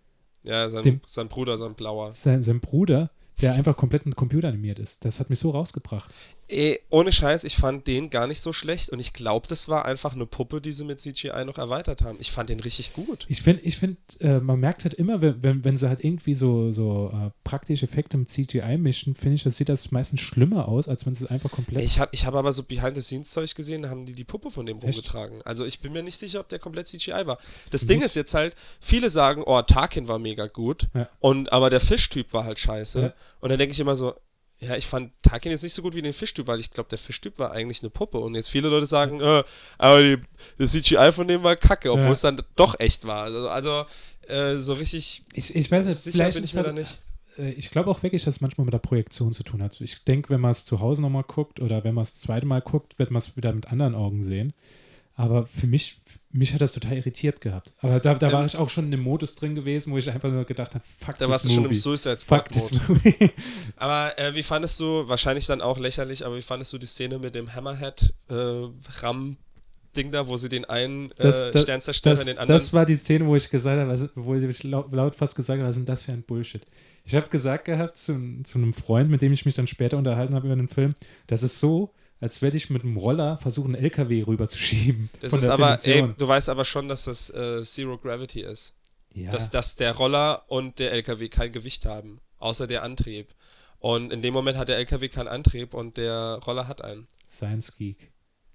Ja, sein, Dem- sein Bruder, sein Blauer. Sein, sein Bruder, der einfach komplett mit Computer animiert ist. Das hat mich so rausgebracht. Ey, ohne Scheiß, ich fand den gar nicht so schlecht und ich glaube, das war einfach eine Puppe, die sie mit C G I noch erweitert haben. Ich fand den richtig gut. Ich finde, ich find, äh, man merkt halt immer, wenn, wenn, wenn sie halt irgendwie so, so äh, praktische Effekte mit C G I mischen, finde ich, das sieht das meistens schlimmer aus, als wenn sie es einfach komplett. Ich habe ich hab aber so Behind-the-Scenes-Zeug gesehen, da haben die die Puppe von dem Echt? rumgetragen. Also ich bin mir nicht sicher, ob der komplett C G I war. Das für Ding mich- ist jetzt halt, viele sagen, oh, Tarkin war mega gut, Ja. und, aber der Fischtyp war halt scheiße. Ja. Und dann denke ich immer so, ja, ich fand Tarkin jetzt nicht so gut wie den Fischtyp, weil ich glaube, der Fischtyp war eigentlich eine Puppe. Und jetzt viele Leute sagen, äh, aber die, das C G I von dem war kacke, obwohl Ja. es dann doch echt war. Also, also äh, so richtig ich, ich weiß nicht, sicher vielleicht bin ich ist mir halt, da nicht. äh, ich glaube auch wirklich, dass es manchmal mit der Projektion zu tun hat. Ich denke, wenn man es zu Hause nochmal guckt oder wenn man es das zweite Mal guckt, wird man es wieder mit anderen Augen sehen. Aber für mich, mich hat das total irritiert gehabt. Aber da, da war Ähm, ich auch schon in dem Modus drin gewesen, wo ich einfach nur gedacht habe, fuck Da this warst du schon im movie. Suicide Fuck Squad this Mode. movie. Aber äh, wie fandest du, wahrscheinlich dann auch lächerlich, aber wie fandest du die Szene mit dem Hammerhead äh, Ram Ding da, wo sie den einen äh, Das- das- Sternzerstörer Das, in den anderen. das war die Szene, wo ich gesagt habe, was, wo ich laut, laut fast gesagt habe, was ist denn das für ein Bullshit? Ich habe gesagt gehabt zu, zu einem Freund, mit dem ich mich dann später unterhalten habe über den Film, das ist so, als werde ich mit einem Roller versuchen, einen L K W rüberzuschieben. das von ist der aber, ey, Dimension. du weißt aber schon, dass das äh, Zero Gravity ist. Ja, Dass, dass der Roller und der L K W kein Gewicht haben, außer der Antrieb. Und in dem Moment hat der L K W keinen Antrieb und der Roller hat einen. Science Geek.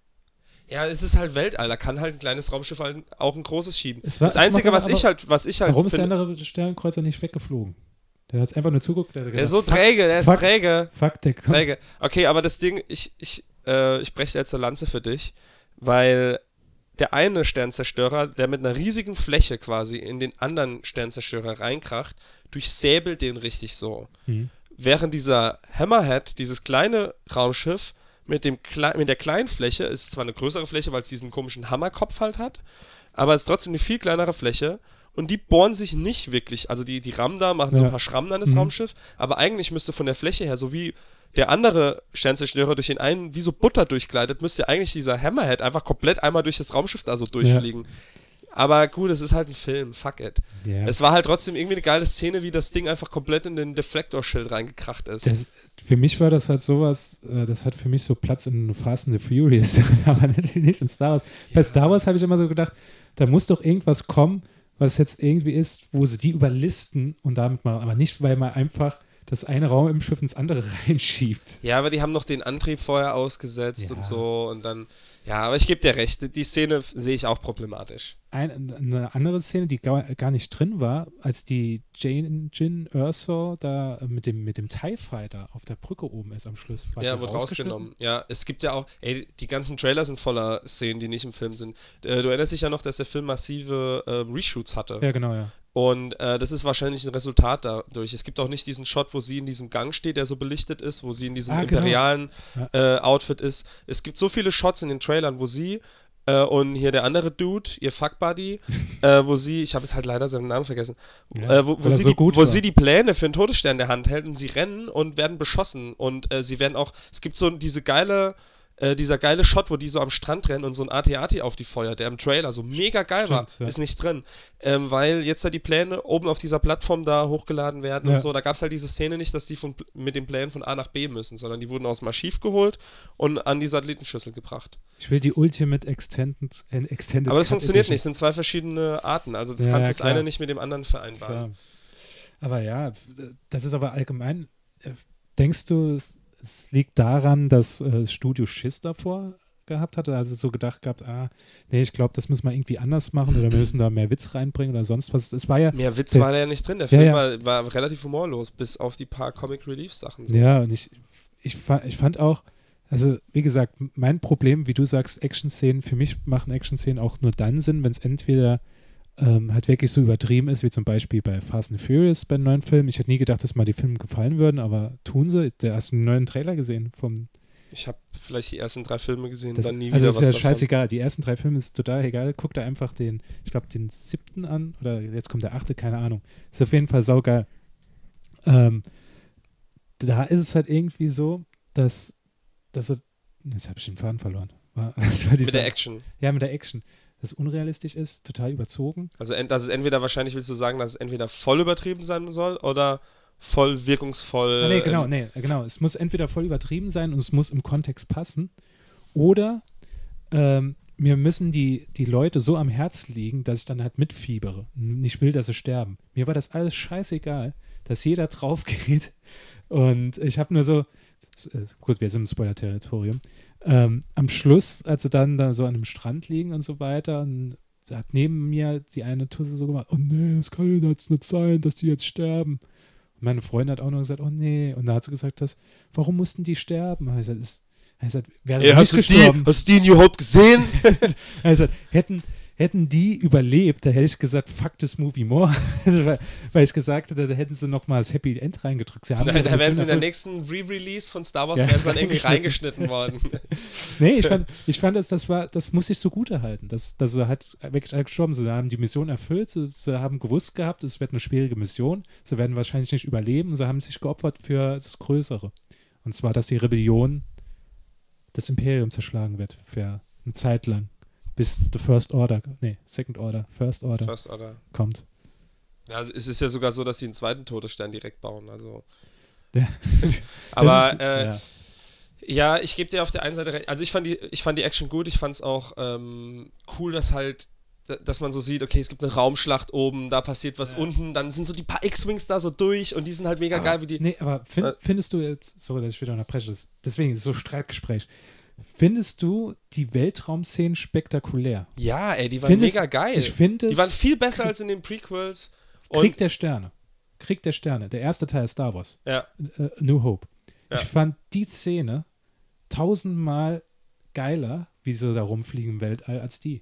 Ja, es ist halt Weltall, da kann halt ein kleines Raumschiff halt auch ein großes schieben. Es war- das es Einzige, macht was aber- ich halt, was ich halt Warum ist der finde- andere Sternkreuzer nicht weggeflogen? Der hat einfach nur zuguckt. Der, hat der ist gedacht, so träge, der ist fuck. träge. Fuck, der kommt. Träge. Okay, aber das Ding, ich, ich, äh, ich breche jetzt eine Lanze für dich, weil der eine Sternzerstörer, der mit einer riesigen Fläche quasi in den anderen Sternzerstörer reinkracht, durchsäbelt den richtig so. Hm. Während dieser Hammerhead, dieses kleine Raumschiff, mit, dem Kle mit der kleinen Fläche, ist zwar eine größere Fläche, weil es diesen komischen Hammerkopf halt hat, aber es ist trotzdem eine viel kleinere Fläche und die bohren sich nicht wirklich, also die, die rammen da, machen so Ja. ein paar Schrammen an das Mhm. Raumschiff, aber eigentlich müsste von der Fläche her, so wie der andere Sternzerstörer durch den einen wie so Butter durchgleitet, müsste eigentlich dieser Hammerhead einfach komplett einmal durch das Raumschiff da so durchfliegen. Aber gut, es ist halt ein Film, fuck it. Ja. Es war halt trotzdem irgendwie eine geile Szene, wie das Ding einfach komplett in den Deflektorschild reingekracht ist. Das, für mich war das halt sowas, äh, das hat für mich so Platz in Fast and the Furious, aber natürlich nicht in Star Wars. Bei Star Wars habe ich immer so gedacht, da muss doch irgendwas kommen, was jetzt irgendwie ist, wo sie die überlisten und damit mal, aber nicht, weil man einfach das eine Raum im Schiff ins andere reinschiebt. Ja, aber die haben noch den Antrieb vorher ausgesetzt Ja. und so und dann, ja, aber ich gebe dir recht, die Szene sehe ich auch problematisch. Ein, eine andere Szene, die gar, gar nicht drin war, als die Jane, Jin Erso da mit dem, mit dem TIE Fighter auf der Brücke oben ist am Schluss. War Ja, die wird rausgeschnitten? rausgenommen. Ja, es gibt ja auch, ey, die ganzen Trailer sind voller Szenen, die nicht im Film sind. Äh, du erinnerst dich ja noch, dass der Film massive äh, Reshoots hatte. Ja, genau, ja. Und äh, das ist wahrscheinlich ein Resultat dadurch. Es gibt auch nicht diesen Shot, wo sie in diesem Gang steht, der so belichtet ist, wo sie in diesem Ah, genau. imperialen Ja. äh, Outfit ist. Es gibt so viele Shots in den Trailern, wo sie äh, und hier der andere Dude, ihr Fuck-Buddy, äh, wo sie, ich habe jetzt halt leider seinen Namen vergessen, Ja, äh, wo, wo, weil er sie, so die, gut wo war. sie die Pläne für den Todesstern in der Hand hält und sie rennen und werden beschossen. Und äh, sie werden auch, es gibt so diese geile, äh, dieser geile Shot, wo die so am Strand rennen und so ein A T A T auf die feuert, der im Trailer so mega geil war, Stimmt, ja. ist nicht drin. Ähm, weil jetzt da die Pläne oben auf dieser Plattform da hochgeladen werden Ja. und so, da gab es halt diese Szene nicht, dass die von, mit den Plänen von A nach B müssen, sondern die wurden aus dem Archiv geholt und an die Satellitenschüssel gebracht. Ich will die Ultimate Extended, äh, Extended Aber das Cut funktioniert Edition. nicht, es sind zwei verschiedene Arten, also das Ja, kannst ja, das klar. eine nicht mit dem anderen vereinbaren. Klar. Aber ja, das ist aber allgemein. äh, Denkst du, es, es liegt daran, dass äh, das Studio Schiss davor gehabt hatte? Also so gedacht gehabt, ah, nee, ich glaube, das müssen wir irgendwie anders machen oder wir müssen da mehr Witz reinbringen oder sonst was. Es war ja, Mehr Witz Der- war da ja nicht drin, der Ja, Film ja. War, war relativ humorlos, bis auf die paar Comic Relief Sachen. So. ja, und ich, ich, fa- ich fand auch, also wie gesagt, mein Problem, wie du sagst, Action-Szenen, für mich machen Action-Szenen auch nur dann Sinn, wenn es entweder ähm, halt wirklich so übertrieben ist, wie zum Beispiel bei Fast and Furious, bei den neuen Filmen. Ich hätte nie gedacht, dass mal die Filme gefallen würden, aber tun sie. Da hast du einen neuen Trailer gesehen vom Ich habe vielleicht die ersten drei Filme gesehen, Das, dann nie also wieder ist was ja davon. scheißegal. Die ersten drei Filme ist total egal. Guck da einfach den, ich glaube, den siebten an oder jetzt kommt der achte, keine Ahnung. Ist auf jeden Fall saugeil. Ähm, da ist es halt irgendwie so, dass, dass er, jetzt habe ich den Faden verloren. War, was war Mit dieser- der Action. Ja, mit der Action. Dass es unrealistisch ist, total überzogen. Also ent, das ist entweder, wahrscheinlich willst du sagen, dass es entweder voll übertrieben sein soll oder voll wirkungsvoll. Ah, nee, genau, ähm, nee, genau. Es muss entweder voll übertrieben sein und es muss im Kontext passen oder ähm, mir müssen die, die Leute so am Herz liegen, dass ich dann halt mitfiebere. Nicht will, dass sie sterben. Mir war das alles scheißegal, dass jeder drauf geht. Und ich habe nur so, äh, gut, wir sind im Spoiler-Territorium, ähm, am Schluss, als sie dann da so an einem Strand liegen und so weiter, und da hat neben mir die eine Tusse so gemacht, oh nee, das kann jetzt nicht sein, dass die jetzt sterben. Und meine Freundin hat auch noch gesagt, oh nee. Und da hat sie gesagt, dass, warum mussten die sterben? Und ich gesagt, ist, er sagt, wäre sie Ey, hast, nicht du die, gestorben. hast du die in New Hope gesehen? Er sagt, hätten, hätten die überlebt, da hätte ich gesagt, fuck this movie more. Also, weil, weil ich gesagt hätte, da hätten sie noch mal das Happy End reingedrückt. Sie haben Nein, ihre da wären sie Mission in der erfüllt. nächsten Re-Release von Star Wars Ja, wären sie dann irgendwie reingeschnitten. reingeschnitten worden. Nee, ich fand, ich fand das, das war, das muss ich so gut erhalten. Das, das hat wirklich alle gestorben. Sie haben die Mission erfüllt, sie, sie haben gewusst gehabt, es wird eine schwierige Mission. Sie werden wahrscheinlich nicht überleben. Sie haben sich geopfert für das Größere. Und zwar, dass die Rebellion das Imperium zerschlagen wird für eine Zeit lang. Bis The First Order, nee, Second Order, First Order First Order. kommt. Ja, also es ist ja sogar so, dass sie einen zweiten Todesstern direkt bauen. Also. Ja. Aber ist, äh, ja. ja, ich gebe dir auf der einen Seite recht. Also ich fand die, ich fand die Action gut. Ich fand es auch ähm, cool, dass halt, da- dass man so sieht, okay, es gibt eine Raumschlacht oben, da passiert was Ja. unten, dann sind so die paar X-Wings da so durch und die sind halt mega Aber- geil, wie die. Nee, aber find, Äh. findest du jetzt, sorry, dass ich wieder unterbreche, das, deswegen ist es so Streitgespräch. Findest du die Weltraumszenen spektakulär? Ja, ey, die waren Findest- mega geil. Ich finde, Die waren viel besser als in den Prequels. Und, Krieg der Sterne. Krieg der Sterne. Der erste Teil Star Wars. ja, Äh, New Hope. Ja. Ich fand die Szene tausendmal geiler, wie sie da rumfliegen im Weltall, als die.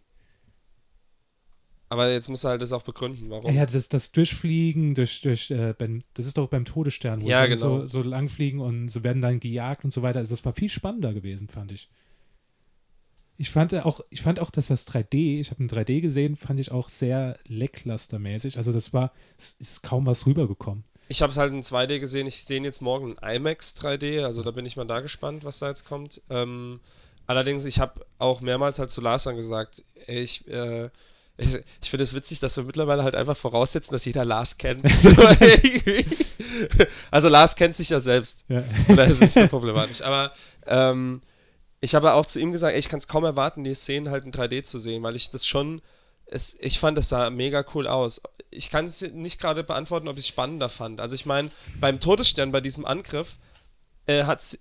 aber jetzt musst du halt das auch begründen, warum. Ja, das, das Durchfliegen, durch, durch, äh, beim, das ist doch beim Todesstern, wo Ja, sie genau. so, so lang fliegen und sie werden dann gejagt und so weiter. Also das war viel spannender gewesen, fand ich. Ich fand auch, ich fand auch, dass das drei D, ich habe ein drei D gesehen, fand ich auch sehr lacklustermäßig. Also das war, es ist kaum was rübergekommen. Ich habe es halt in zwei D gesehen. Ich sehe ihn jetzt morgen in IMAX drei D, also da bin ich mal da gespannt, was da jetzt kommt. Ähm, allerdings, ich habe auch mehrmals halt zu Lars dann gesagt, ey, ich, äh, ich, ich finde es witzig, dass wir mittlerweile halt einfach voraussetzen, dass jeder Lars kennt. So, irgendwie. Also Lars kennt sich ja selbst. Ja. Das ist nicht so problematisch. Aber ähm, ich habe auch zu ihm gesagt, ey, ich kann es kaum erwarten, die Szenen halt in drei D zu sehen, weil ich das schon, es, ich fand, es sah mega cool aus. Ich kann es nicht gerade beantworten, ob ich es spannender fand. Also ich meine, beim Todesstern, bei diesem Angriff, äh, hat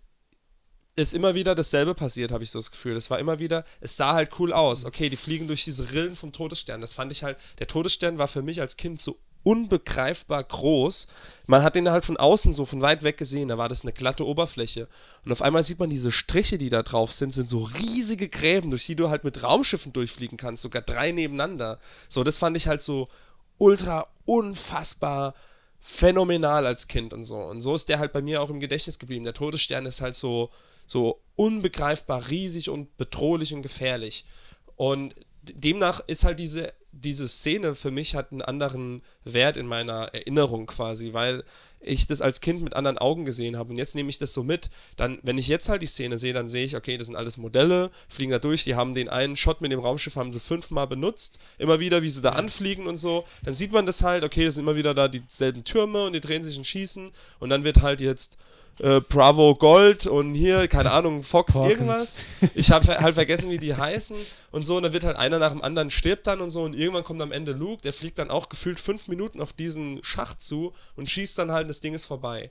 ist immer wieder dasselbe passiert, habe ich so das Gefühl. Das war immer wieder, es sah halt cool aus. Okay, die fliegen durch diese Rillen vom Todesstern. Das fand ich halt, der Todesstern war für mich als Kind so unbegreifbar groß. Man hat den halt von außen so von weit weg gesehen, da war das eine glatte Oberfläche. Und auf einmal sieht man diese Striche, die da drauf sind, sind so riesige Gräben, durch die du halt mit Raumschiffen durchfliegen kannst, sogar drei nebeneinander. So, das fand ich halt so ultra unfassbar phänomenal als Kind und so. Und so ist der halt bei mir auch im Gedächtnis geblieben. Der Todesstern ist halt so so unbegreifbar riesig und bedrohlich und gefährlich. Und demnach ist halt diese, diese Szene für mich hat einen anderen Wert in meiner Erinnerung quasi, weil ich das als Kind mit anderen Augen gesehen habe und jetzt nehme ich das so mit. Dann, wenn ich jetzt halt die Szene sehe, dann sehe ich, okay, das sind alles Modelle, fliegen da durch, die haben den einen Shot mit dem Raumschiff, haben sie fünfmal benutzt, immer wieder, wie sie da anfliegen und so. Dann sieht man das halt, okay, das sind immer wieder da dieselben Türme und die drehen sich und schießen und dann wird halt jetzt Äh, Bravo Gold und hier, keine Ahnung, Fox Hawkins. Irgendwas. Ich habe halt vergessen, wie die heißen und so. Und dann wird halt einer nach dem anderen stirbt dann und so. Und irgendwann kommt am Ende Luke, der fliegt dann auch gefühlt fünf Minuten auf diesen Schacht zu und schießt dann halt, das Ding ist vorbei.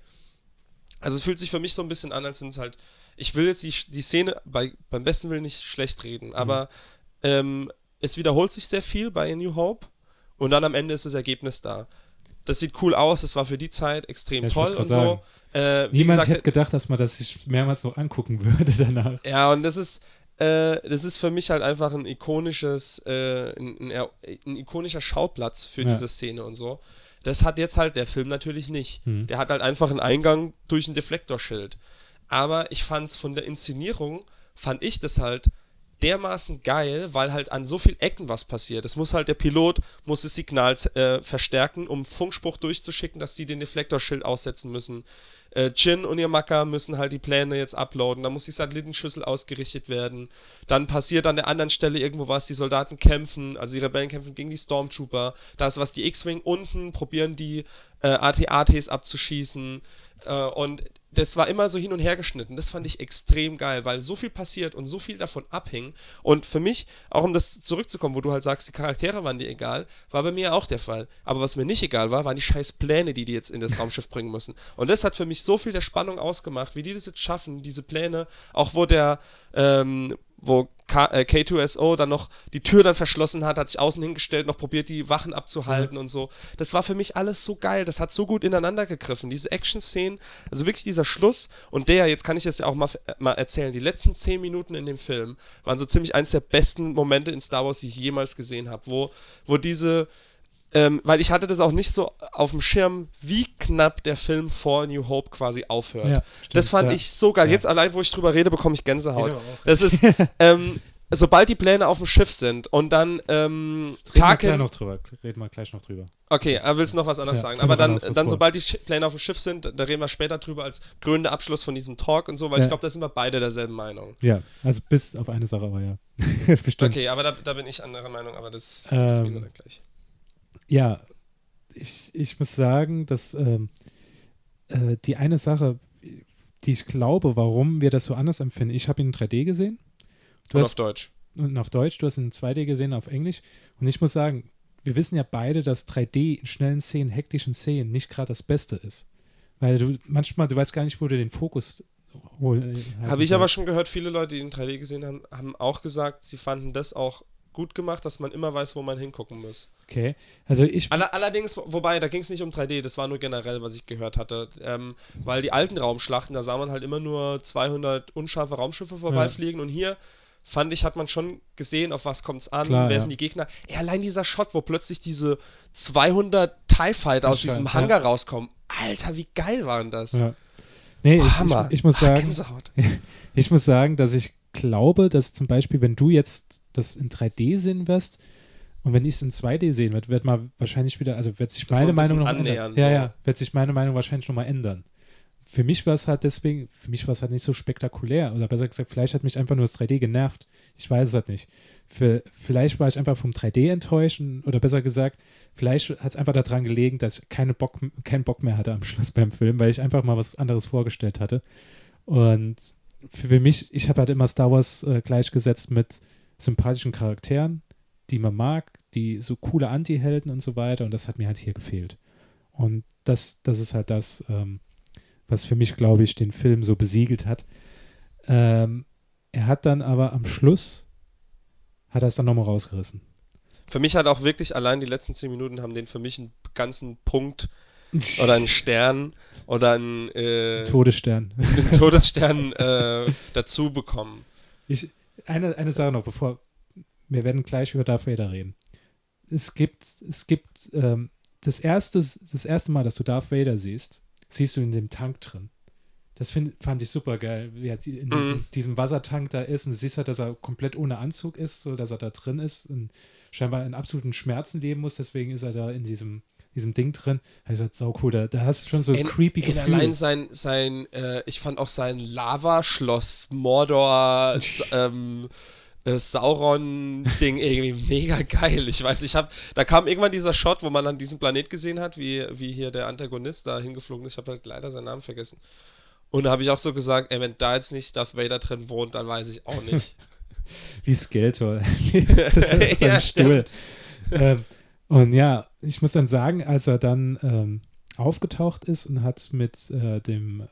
Also es fühlt sich für mich so ein bisschen an, als sind es halt, ich will jetzt die, die Szene bei, beim besten Willen nicht schlecht reden, aber mhm. ähm, es wiederholt sich sehr viel bei A New Hope und dann am Ende ist das Ergebnis da. Das sieht cool aus, das war für die Zeit extrem ja, toll und sagen. so. Äh, Niemand gesagt, hätte gedacht, dass man das sich mehrmals so angucken würde danach. Ja, und das ist, äh, das ist für mich halt einfach ein ikonisches, äh, ein, ein, ein ikonischer Schauplatz für ja. diese Szene und so. Das hat jetzt halt der Film natürlich nicht. Mhm. Der hat halt einfach einen Eingang durch ein Deflektorschild. Aber ich fand's von der Inszenierung, fand ich das halt dermaßen geil, weil halt an so vielen Ecken was passiert. Es muss halt, der Pilot muss das Signal äh, verstärken, um Funkspruch durchzuschicken, dass die den Deflektorschild aussetzen müssen. Äh, Jin und ihr Macker müssen halt die Pläne jetzt uploaden, da muss die Satellitenschüssel ausgerichtet werden. Dann passiert an der anderen Stelle irgendwo was, die Soldaten kämpfen, also die Rebellen kämpfen gegen die Stormtrooper. Da ist was, die X-Wing unten, probieren die äh, A T A Ts abzuschießen. Äh, und das war immer so hin und her geschnitten. Das fand ich extrem geil, weil so viel passiert und so viel davon abhing. Und für mich, auch um das zurückzukommen, wo du halt sagst, die Charaktere waren dir egal, war bei mir auch der Fall. Aber was mir nicht egal war, waren die scheiß Pläne, die die jetzt in das Raumschiff bringen müssen. Und das hat für mich so viel der Spannung ausgemacht, wie die das jetzt schaffen, diese Pläne, auch wo der, ähm, wo K, äh, K zwei S O dann noch die Tür dann verschlossen hat, hat sich außen hingestellt, noch probiert, die Wachen abzuhalten mhm. und so. Das war für mich alles so geil, das hat so gut ineinander gegriffen. Diese Action-Szenen, also wirklich dieser Schluss und der, jetzt kann ich das ja auch mal, mal erzählen, die letzten zehn Minuten in dem Film waren so ziemlich eins der besten Momente in Star Wars, die ich jemals gesehen habe, wo, wo diese Ähm, weil ich hatte das auch nicht so auf dem Schirm, wie knapp der Film vor New Hope quasi aufhört. Ja, stimmt, das fand ja. ich so geil. Ja. Jetzt allein, wo ich drüber rede, bekomme ich Gänsehaut. Ich das ist, ähm, sobald die Pläne auf dem Schiff sind und dann ähm, Tarkin... Reden wir, noch drüber. Reden wir gleich noch drüber. Okay, er willst noch was anderes ja, sagen. Aber dann, dann sobald die Pläne auf dem Schiff sind, da reden wir später drüber als krönender Abschluss von diesem Talk und so, weil ja. ich glaube, da sind wir beide derselben Meinung. Ja, also bis auf eine Sache, aber ja. Bestimmt. Okay, aber da, da bin ich anderer Meinung, aber das, ähm, das reden wir dann gleich. Ja, ich, ich muss sagen, dass ähm, äh, die eine Sache, die ich glaube, warum wir das so anders empfinden, ich habe ihn in drei D gesehen. Du und hast, auf Deutsch. Und auf Deutsch, du hast ihn in zwei D gesehen, auf Englisch. Und ich muss sagen, wir wissen ja beide, dass drei D in schnellen Szenen, hektischen Szenen nicht gerade das Beste ist. Weil du manchmal, du weißt gar nicht, wo du den Fokus Äh, Habe ich aber schon gehört, viele Leute, die in drei D gesehen haben, haben auch gesagt, sie fanden das auch gut gemacht, dass man immer weiß, wo man hingucken muss. Okay, also ich... Aller, allerdings, wobei, da ging es nicht um drei D, das war nur generell, was ich gehört hatte, ähm, weil die alten Raumschlachten, da sah man halt immer nur zweihundert unscharfe Raumschiffe vorbeifliegen ja. und hier fand ich, hat man schon gesehen, auf was kommt es an, Klar, wer ja. sind die Gegner. Ja, allein dieser Shot, wo plötzlich diese zweihundert TIE Fighter aus diesem Hangar ja. rauskommen. Alter, wie geil waren das? Ja. Nee, oh, ich, ich, ich muss sagen, ah, ich muss sagen, dass ich glaube, dass zum Beispiel, wenn du jetzt das in drei D sehen wirst und wenn ich es in zwei D sehen werde, wird mal wahrscheinlich wieder, also wird sich das meine Meinung noch ändern. So. Ja, ja, wird sich meine Meinung wahrscheinlich noch mal ändern. Für mich war es halt deswegen, für mich war es halt nicht so spektakulär. Oder besser gesagt, vielleicht hat mich einfach nur das drei D genervt. Ich weiß es halt nicht. Für, vielleicht war ich einfach vom drei D enttäuscht und, oder besser gesagt, vielleicht hat es einfach daran gelegen, dass ich keine Bock, keinen Bock mehr hatte am Schluss beim Film, weil ich einfach mal was anderes vorgestellt hatte. Und für, für mich, ich habe halt immer Star Wars äh, gleichgesetzt mit sympathischen Charakteren, die man mag, die so coole Anti-Helden und so weiter und das hat mir halt hier gefehlt. Und das, das ist halt das, ähm, was für mich, glaube ich, den Film so besiegelt hat. Ähm, er hat dann aber am Schluss, hat er es dann nochmal rausgerissen. Für mich hat auch wirklich allein die letzten zehn Minuten haben den für mich einen ganzen Punkt oder einen Stern oder einen äh, Todesstern. einen Todesstern äh, dazu bekommen. Ich, eine, eine Sache noch, bevor wir werden gleich über Darth Vader reden. Es gibt, es gibt ähm, das, erste, das erste Mal, dass du Darth Vader siehst, siehst du in dem Tank drin. Das find, fand ich super geil, wie er in diesem, mm. diesem Wassertank da ist und du siehst halt, dass er komplett ohne Anzug ist, so dass er da drin ist und scheinbar in absoluten Schmerzen leben muss, deswegen ist er da in diesem diesem Ding drin. Er sagt, sau cool, da, da hast du schon so ein creepy in Gefühl. Allein sein, sein äh, ich fand auch sein Lavaschloss, Mordor, ähm, äh, Sauron-Ding irgendwie mega geil. Ich weiß, ich hab, da kam irgendwann dieser Shot, wo man dann diesen Planet gesehen hat, wie, wie hier der Antagonist da hingeflogen ist. Ich habe halt leider seinen Namen vergessen. Und da habe ich auch so gesagt, ey, wenn da jetzt nicht Darth Vader drin wohnt, dann weiß ich auch nicht. Wie Skeletor. Das ist auf seinem Ja, Stuhl. Ähm, und ja, ich muss dann sagen, als er dann ähm, aufgetaucht ist und hat mit äh, dem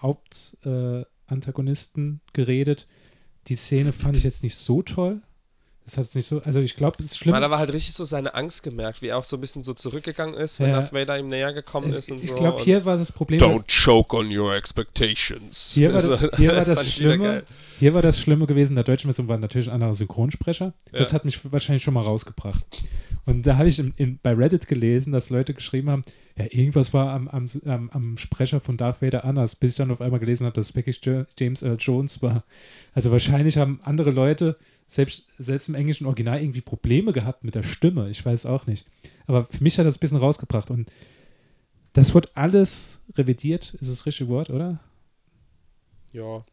Hauptantagonisten äh, geredet, die Szene fand ich jetzt nicht so toll. Das hat es nicht so, also ich glaube, es ist schlimm. Man hat aber halt richtig so seine Angst gemerkt, wie er auch so ein bisschen so zurückgegangen ist, wenn ja. Darth Vader ihm näher gekommen es, ist und ich so. Ich glaube, hier war das Problem. Don't choke on your expectations. Hier war, also, hier war das, das Schlimme. Hier war das Schlimme gewesen, der deutsche Version war natürlich ein anderer Synchronsprecher. Das ja. hat mich wahrscheinlich schon mal rausgebracht. Und da habe ich in, in, bei Reddit gelesen, dass Leute geschrieben haben, ja, irgendwas war am, am, am, am Sprecher von Darth Vader anders, bis ich dann auf einmal gelesen habe, dass es Patrick James Earl Jones war. Also wahrscheinlich haben andere Leute selbst, selbst im englischen Original irgendwie Probleme gehabt mit der Stimme. Ich weiß auch nicht. Aber für mich hat das ein bisschen rausgebracht. Und das wird alles revidiert. Ist das richtige Wort, oder? Ja.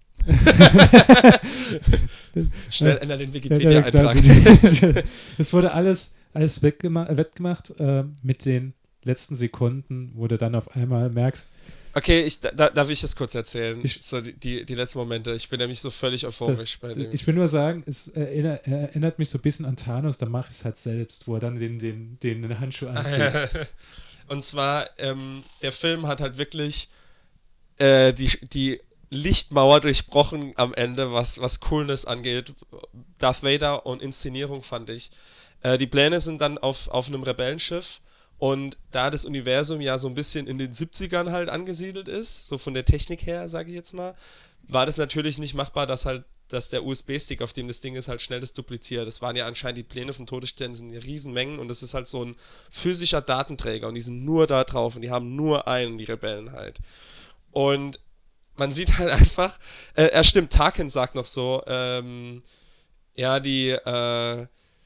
Schnell ändern den Wikipedia-Eintrag. Es wurde alles, alles wettgemacht, wettgemacht äh, mit den letzten Sekunden, wo du dann auf einmal merkst. Okay, ich, da, darf ich das kurz erzählen? Ich, so die, die, die letzten Momente. Ich bin nämlich so völlig euphorisch da, bei dem. Ich will nur sagen, es erinnert, erinnert mich so ein bisschen an Thanos, da mache ich es halt selbst, wo er dann den, den, den, den Handschuh anzieht. Und zwar, ähm, der Film hat halt wirklich äh, die, die Lichtmauer durchbrochen am Ende, was, was Coolness angeht. Darth Vader und Inszenierung fand ich. Äh, die Pläne sind dann auf, auf einem Rebellenschiff. Und da das Universum ja so ein bisschen in den siebzigern halt angesiedelt ist, so von der Technik her, sage ich jetzt mal, war das natürlich nicht machbar, dass halt, dass der U S B-Stick, auf dem das Ding ist, halt schnell das dupliziert. Das waren ja anscheinend die Pläne von Todesstern, sind Riesenmengen und das ist halt so ein physischer Datenträger und die sind nur da drauf und die haben nur einen, die Rebellen halt. Und man sieht halt einfach, äh, er stimmt, Tarkin sagt noch so, ähm, ja, die, äh,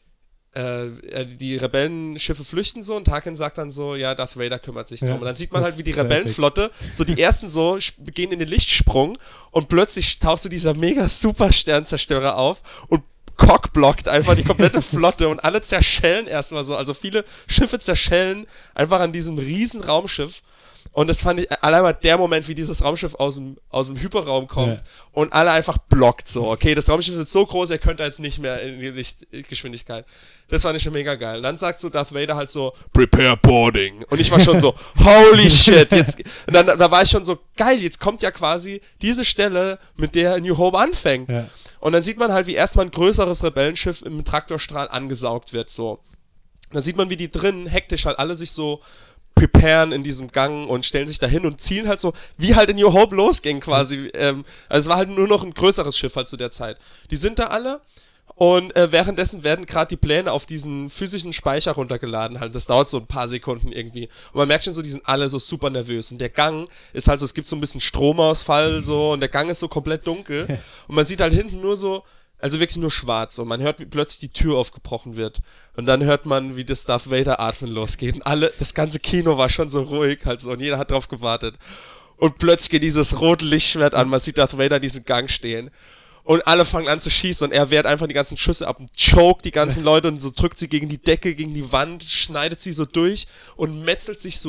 Äh, die Rebellenschiffe flüchten so und Tarkin sagt dann so, ja, Darth Vader kümmert sich drum. Ja, und dann sieht man halt, wie die sehr Rebellenflotte, so die ersten so, gehen in den Lichtsprung und plötzlich taucht so dieser mega Super-Sternzerstörer auf und cockblockt einfach die komplette Flotte und alle zerschellen erstmal so. Also viele Schiffe zerschellen einfach an diesem riesen Raumschiff. Und das fand ich allein mal der Moment, wie dieses Raumschiff aus dem, aus dem Hyperraum kommt ja. und alle einfach blockt so. Okay, das Raumschiff ist so groß, er könnte jetzt nicht mehr in die Lichtgeschwindigkeit. Das fand ich schon mega geil. Und dann sagt so Darth Vader halt so, prepare boarding. Und ich war schon so, holy shit. Jetzt, und dann da war ich schon so, geil, jetzt kommt ja quasi diese Stelle, mit der New Hope anfängt. Ja. Und dann sieht man halt, wie erstmal ein größeres Rebellenschiff im Traktorstrahl angesaugt wird. So. Und dann sieht man, wie die drinnen hektisch halt alle sich so preparen in diesem Gang und stellen sich dahin und zielen halt so, wie halt in New Hope losging quasi. Ähm, also es war halt nur noch ein größeres Schiff halt zu der Zeit. Die sind da alle und äh, währenddessen werden gerade die Pläne auf diesen physischen Speicher runtergeladen halt. Das dauert so ein paar Sekunden irgendwie. Und man merkt schon so, die sind alle so super nervös. Und der Gang ist halt so, es gibt so ein bisschen Stromausfall so und der Gang ist so komplett dunkel. Und man sieht halt hinten nur so, also wirklich nur schwarz. Und man hört, wie plötzlich die Tür aufgebrochen wird. Und dann hört man, wie das Darth Vader atmen losgeht. Und alle, das ganze Kino war schon so ruhig halt so. Und jeder hat drauf gewartet. Und plötzlich geht dieses rote Lichtschwert an. Man sieht Darth Vader in diesem Gang stehen. Und alle fangen an zu schießen. Und er wehrt einfach die ganzen Schüsse ab und choked die ganzen Leute und so drückt sie gegen die Decke, gegen die Wand, schneidet sie so durch und metzelt sich so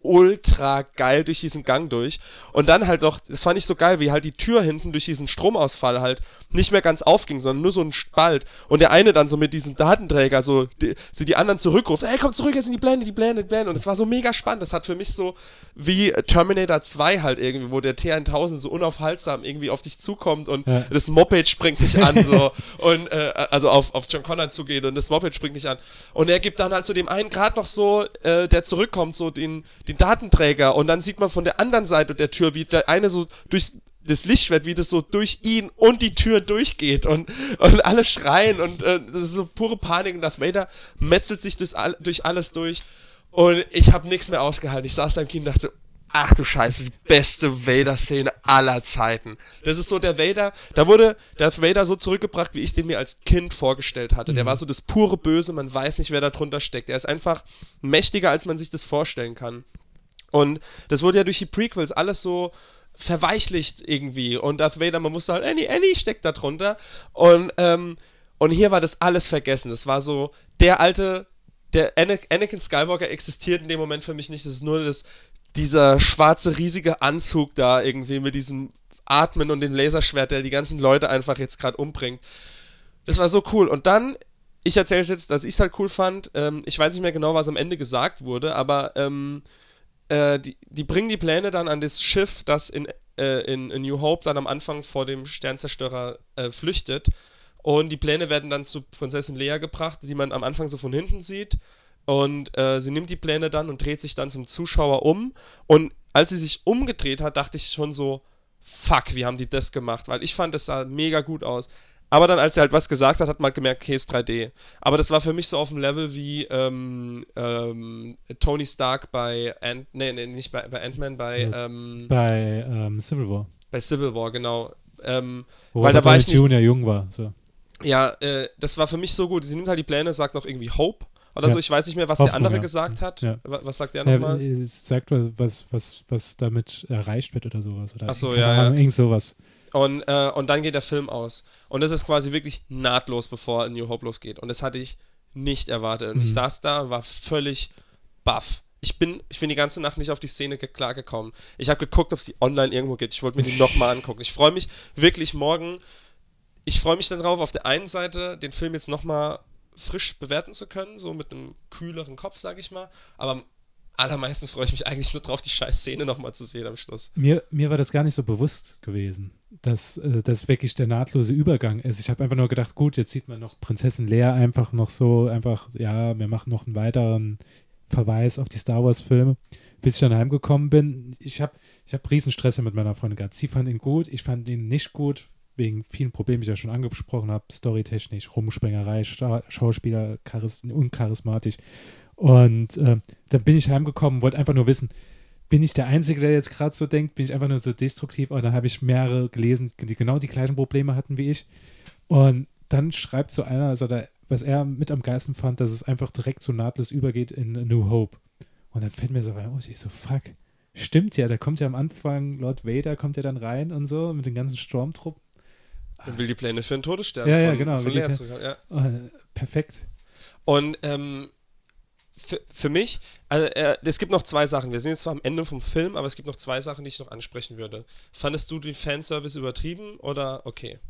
ultra geil durch diesen Gang durch. Und dann halt noch, das fand ich so geil, wie halt die Tür hinten durch diesen Stromausfall halt nicht mehr ganz aufging, sondern nur so ein Spalt. Und der eine dann so mit diesem Datenträger so die, so die anderen zurückruft, hey, komm zurück, jetzt sind die Blende, die Blende, die Blende. Und es war so mega spannend. Das hat für mich so wie Terminator zwei halt irgendwie, wo der T tausend so unaufhaltsam irgendwie auf dich zukommt und ja. das Moped springt nicht an, so. Und, äh, also auf, auf John Connor zugeht und das Moped springt nicht an. Und er gibt dann halt so dem einen Grad noch so, äh, der zurückkommt, so den, den Datenträger. Und dann sieht man von der anderen Seite der Tür, wie der eine so durch das Lichtschwert, wie das so durch ihn und die Tür durchgeht. Und, und alle schreien und äh, das ist so pure Panik. Und Darth Vader metzelt sich durch, all, durch alles durch. Und ich habe nichts mehr ausgehalten. Ich saß da im Kino und dachte so, ach du Scheiße, die beste Vader-Szene aller Zeiten. Das ist so der Vader, da wurde Darth Vader so zurückgebracht, wie ich den mir als Kind vorgestellt hatte. Mhm. Der war so das pure Böse, man weiß nicht, wer da drunter steckt. Er ist einfach mächtiger, als man sich das vorstellen kann. Und das wurde ja durch die Prequels alles so verweichlicht irgendwie. Und Darth Vader, man wusste halt, Annie, Annie steckt da drunter. Und, ähm, und hier war das alles vergessen. Das war so, der alte, der Anakin Skywalker existiert in dem Moment für mich nicht. Das ist nur das dieser schwarze, riesige Anzug da irgendwie mit diesem Atmen und dem Laserschwert, der die ganzen Leute einfach jetzt gerade umbringt. Das war so cool. Und dann, ich erzähle jetzt, dass ich es halt cool fand. Ähm, ich weiß nicht mehr genau, was am Ende gesagt wurde, aber ähm, äh, die, die bringen die Pläne dann an das Schiff, das in, äh, in, in New Hope dann am Anfang vor dem Sternzerstörer äh, flüchtet. Und die Pläne werden dann zu Prinzessin Leia gebracht, die man am Anfang so von hinten sieht. Und äh, sie nimmt die Pläne dann und dreht sich dann zum Zuschauer um. Und als sie sich umgedreht hat, dachte ich schon so, fuck, wie haben die das gemacht? Weil ich fand, das sah mega gut aus. Aber dann, als sie halt was gesagt hat, hat man gemerkt, okay, ist drei D. Aber das war für mich so auf dem Level wie ähm, ähm, Tony Stark bei Ant, nee, nee, nicht bei, bei Ant-Man, bei So, ähm, bei ähm, Civil War. Bei Civil War, genau. Ähm, Wo weil da war ich nicht, Junior jung war. So. Ja, äh, das war für mich so gut. Sie nimmt halt die Pläne, sagt noch irgendwie Hope oder ja. so. Ich weiß nicht mehr, was Hoffnung, der andere ja. gesagt hat. Ja. Was sagt der Ja, nochmal? es sagt was, was, was, was damit erreicht wird oder sowas. Oder Ach so, keine ja, Ahnung, ja. Irgend sowas. Und, äh, und dann geht der Film aus. Und das ist quasi wirklich nahtlos, bevor New Hope losgeht. Und das hatte ich nicht erwartet. Und Mhm. ich saß da und war völlig baff. Ich bin, ich bin die ganze Nacht nicht auf die Szene ge- klargekommen. Ich habe geguckt, ob es die online irgendwo gibt. Ich wollte mir die nochmal angucken. Ich freue mich wirklich morgen. Ich freue mich dann drauf, auf der einen Seite den Film jetzt nochmal frisch bewerten zu können, so mit einem kühleren Kopf, sag ich mal. Aber am allermeisten freue ich mich eigentlich nur drauf, die scheiß Szene nochmal zu sehen am Schluss. Mir, mir war das gar nicht so bewusst gewesen, dass äh, das wirklich der nahtlose Übergang ist. Ich habe einfach nur gedacht, gut, jetzt sieht man noch Prinzessin Leia einfach noch so, einfach, ja, wir machen noch einen weiteren Verweis auf die Star Wars-Filme, bis ich dann heimgekommen bin. Ich habe ich hab riesen Stress mit meiner Freundin gehabt. Sie fand ihn gut, ich fand ihn nicht gut, wegen vielen Problemen, die ich ja schon angesprochen habe, storytechnisch, Rumspringerei, Sta- Schauspieler, charis- uncharismatisch. Und äh, dann bin ich heimgekommen, wollte einfach nur wissen, bin ich der Einzige, der jetzt gerade so denkt, bin ich einfach nur so destruktiv? Und dann habe ich mehrere gelesen, die genau die gleichen Probleme hatten wie ich. Und dann schreibt so einer, also da, was er mit am geilsten fand, dass es einfach direkt so nahtlos übergeht in A New Hope. Und dann fällt mir so rein, oh, ich so, fuck, stimmt ja, da kommt ja am Anfang Lord Vader, kommt ja dann rein und so, mit den ganzen Sturmtruppen. Und will die Pläne für einen Todesstern Ja, ja, von, genau, von will die Leia Te- zurück. Ja. Oh, perfekt. Und ähm, für, für mich, also, äh, es gibt noch zwei Sachen. Wir sind jetzt zwar am Ende vom Film, aber es gibt noch zwei Sachen, die ich noch ansprechen würde. Fandest du den Fanservice übertrieben oder okay?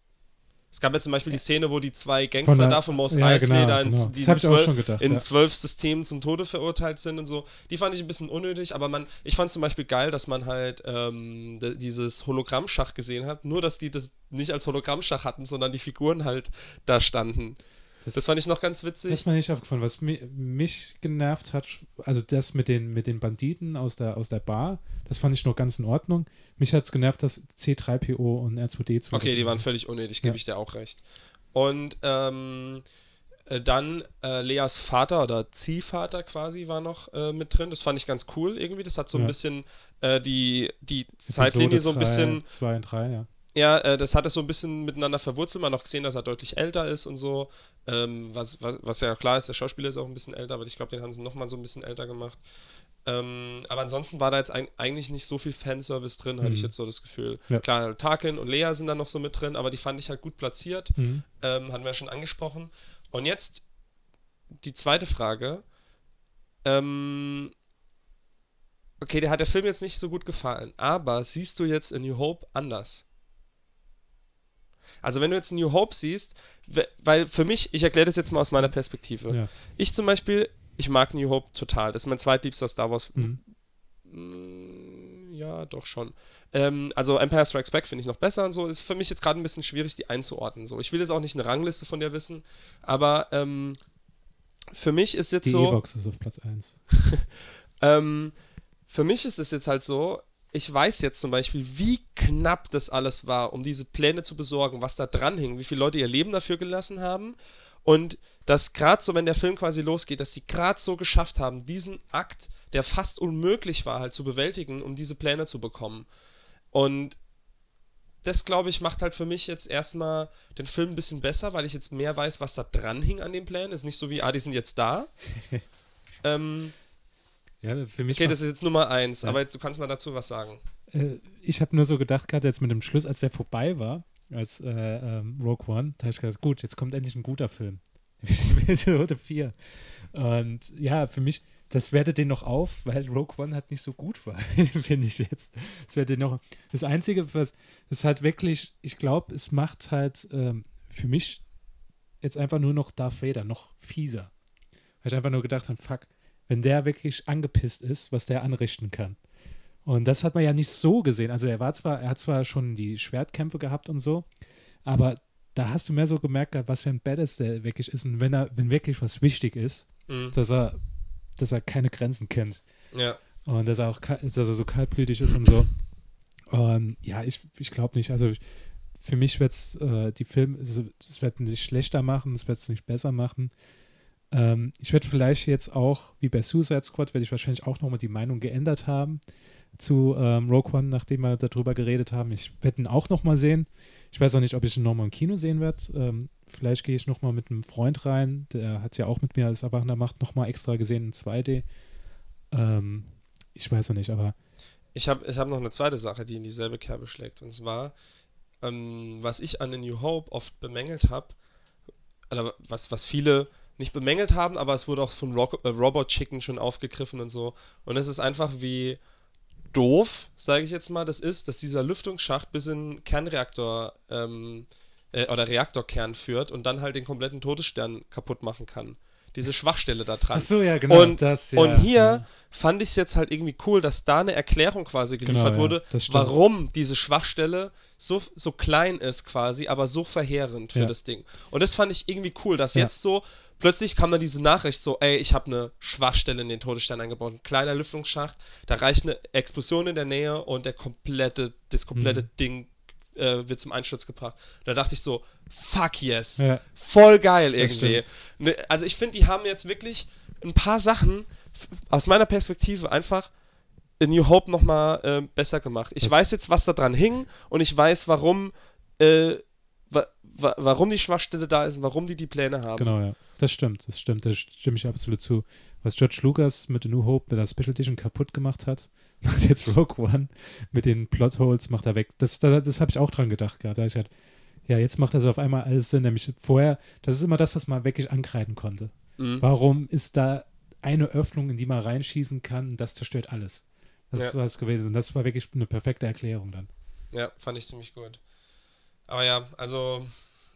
Es gab ja zum Beispiel die Szene, wo die zwei Gangster Von der- da von Mos ja, Eisley genau, da in, genau. die Das hab ich auch zwölf- schon gedacht, in ja. zwölf Systemen zum Tode verurteilt sind und so. Die fand ich ein bisschen unnötig, aber man, ich fand zum Beispiel geil, dass man halt ähm, d- dieses Hologrammschach gesehen hat. Nur, dass die das nicht als Hologrammschach hatten, sondern die Figuren halt da standen. Das, Das fand ich noch ganz witzig. das ist mir nicht aufgefallen. Was mi- mich genervt hat, also das mit den, mit den Banditen aus der, aus der Bar, das fand ich noch ganz in Ordnung. Mich hat es genervt, dass C drei P O und R zwei D zwei. Okay, die waren völlig unnötig, gebe Ja. ich dir auch recht. Und ähm, äh, dann äh, Leas Vater oder Ziehvater quasi war noch äh, mit drin. Das fand ich ganz cool irgendwie. Das hat so ein Ja. bisschen äh, die, die Zeitlinie so ein bisschen, zwei und drei, ja. ja, äh, das hat es so ein bisschen miteinander verwurzelt. Man hat noch gesehen, dass er deutlich älter ist und so. Ähm, was, was, was ja klar ist, der Schauspieler ist auch ein bisschen älter, aber ich glaube, den haben sie nochmal so ein bisschen älter gemacht. Ähm, aber ansonsten war da jetzt ein, eigentlich nicht so viel Fanservice drin, hatte Mhm. ich jetzt so das Gefühl. Ja. Klar, Tarkin und Leia sind da noch so mit drin, aber die fand ich halt gut platziert. Mhm. Ähm, hatten wir ja schon angesprochen. Und jetzt die zweite Frage. Ähm, okay, dir hat der Film jetzt nicht so gut gefallen, aber siehst du jetzt in New Hope anders? Also wenn du jetzt New Hope siehst, weil für mich, ich erkläre das jetzt mal aus meiner Perspektive. Ja. Ich zum Beispiel, ich mag New Hope total. Das ist mein zweitliebster Star Wars. Mhm. Ja, doch schon. Ähm, also Empire Strikes Back finde ich noch besser und so. Ist für mich jetzt gerade ein bisschen schwierig, die einzuordnen. So. Ich will jetzt auch nicht eine Rangliste von dir wissen, aber ähm, für mich ist jetzt die so... Die Evox ist auf Platz eins. ähm, für mich ist es jetzt halt so, ich weiß jetzt zum Beispiel, wie knapp das alles war, um diese Pläne zu besorgen, was da dran hing, wie viele Leute ihr Leben dafür gelassen haben und dass gerade so, wenn der Film quasi losgeht, dass die gerade so geschafft haben, diesen Akt, der fast unmöglich war, halt zu bewältigen, um diese Pläne zu bekommen. Und das, glaube ich, macht halt für mich jetzt erstmal den Film ein bisschen besser, weil ich jetzt mehr weiß, was da dran hing an den Plänen. Ist nicht so wie, ah, die sind jetzt da. ähm... Ja, für mich okay, das ist jetzt Nummer eins, ja. aber jetzt du kannst mal dazu was sagen. Äh, ich habe nur so gedacht, gerade jetzt mit dem Schluss, als der vorbei war, als äh, ähm, Rogue One, da habe ich gedacht, gut, jetzt kommt endlich ein guter Film. Episode vier. Und ja, für mich, das wertet den noch auf, weil Rogue One halt nicht so gut war, finde ich jetzt. Das wertet noch. Das Einzige, was ist halt wirklich, ich glaube, es macht halt ähm, für mich jetzt einfach nur noch Darth Vader noch fieser. Weil ich einfach nur gedacht habe, fuck, wenn der wirklich angepisst ist, was der anrichten kann. Und das hat man ja nicht so gesehen. Also er war zwar, er hat zwar schon die Schwertkämpfe gehabt und so, aber da hast du mehr so gemerkt, was für ein Badass der wirklich ist. Und wenn er, wenn wirklich was wichtig ist, Mhm. dass er, dass er keine Grenzen kennt. Ja. Und dass er auch dass er so kaltblütig ist und so. Und ja, ich, ich glaube nicht. Also für mich wird es äh, die Film, es wird nicht schlechter machen, es wird es nicht besser machen. Ähm, ich werde vielleicht jetzt auch, wie bei Suicide Squad, werde ich wahrscheinlich auch nochmal die Meinung geändert haben zu ähm, Rogue One, nachdem wir darüber geredet haben. Ich werde ihn auch nochmal sehen. Ich weiß auch nicht, ob ich ihn nochmal im Kino sehen werde. Ähm, vielleicht gehe ich nochmal mit einem Freund rein. Der hat ja auch mit mir als Erwachsener Macht nochmal extra gesehen in zwei D. Ähm, ich weiß noch nicht, aber Ich habe ich hab noch eine zweite Sache, die in dieselbe Kerbe schlägt. Und zwar, ähm, was ich an A New Hope oft bemängelt habe, oder was, was viele nicht bemängelt haben, aber es wurde auch von Ro- äh, Robot Chicken schon aufgegriffen und so. Und es ist einfach wie doof, sage ich jetzt mal, das ist, dass dieser Lüftungsschacht bis in Kernreaktor ähm, äh, oder Reaktorkern führt und dann halt den kompletten Todesstern kaputt machen kann. Diese Schwachstelle da dran. ach so, ja, genau. Und, das, ja, und hier ja. fand ich es jetzt halt irgendwie cool, dass da eine Erklärung quasi geliefert Genau, ja, wurde, das stimmt. warum diese Schwachstelle so, so klein ist quasi, aber so verheerend für Ja. das Ding. Und das fand ich irgendwie cool, dass Ja. jetzt so, plötzlich kam dann diese Nachricht so, ey, ich habe eine Schwachstelle in den Todesstern eingebaut, ein kleiner Lüftungsschacht, da reicht eine Explosion in der Nähe und der komplette, das komplette Mhm. Ding äh, wird zum Einsturz gebracht. Und da dachte ich so, fuck yes, Ja. voll geil Das irgendwie. stimmt. Ne, also ich finde, die haben jetzt wirklich ein paar Sachen f- aus meiner Perspektive einfach in New Hope nochmal äh, besser gemacht. Ich Das- weiß jetzt, was da dran hing und ich weiß, warum äh, wa wa warum die Schwachstelle da ist und warum die die Pläne haben. Genau, ja. Das stimmt, das stimmt, da stimme ich absolut zu. Was George Lucas mit The New Hope mit der Special Edition kaputt gemacht hat, macht jetzt Rogue One mit den Plotholes, macht er weg. Das, das, das habe ich auch dran gedacht gerade. Da hab ich halt, ja, jetzt macht das auf einmal alles Sinn, nämlich vorher, das ist immer das, was man wirklich ankreiden konnte. Mhm. Warum ist da eine Öffnung, in die man reinschießen kann und das zerstört alles? Das Ja. war es gewesen und das war wirklich eine perfekte Erklärung dann. Ja, fand ich ziemlich gut. Aber ja, also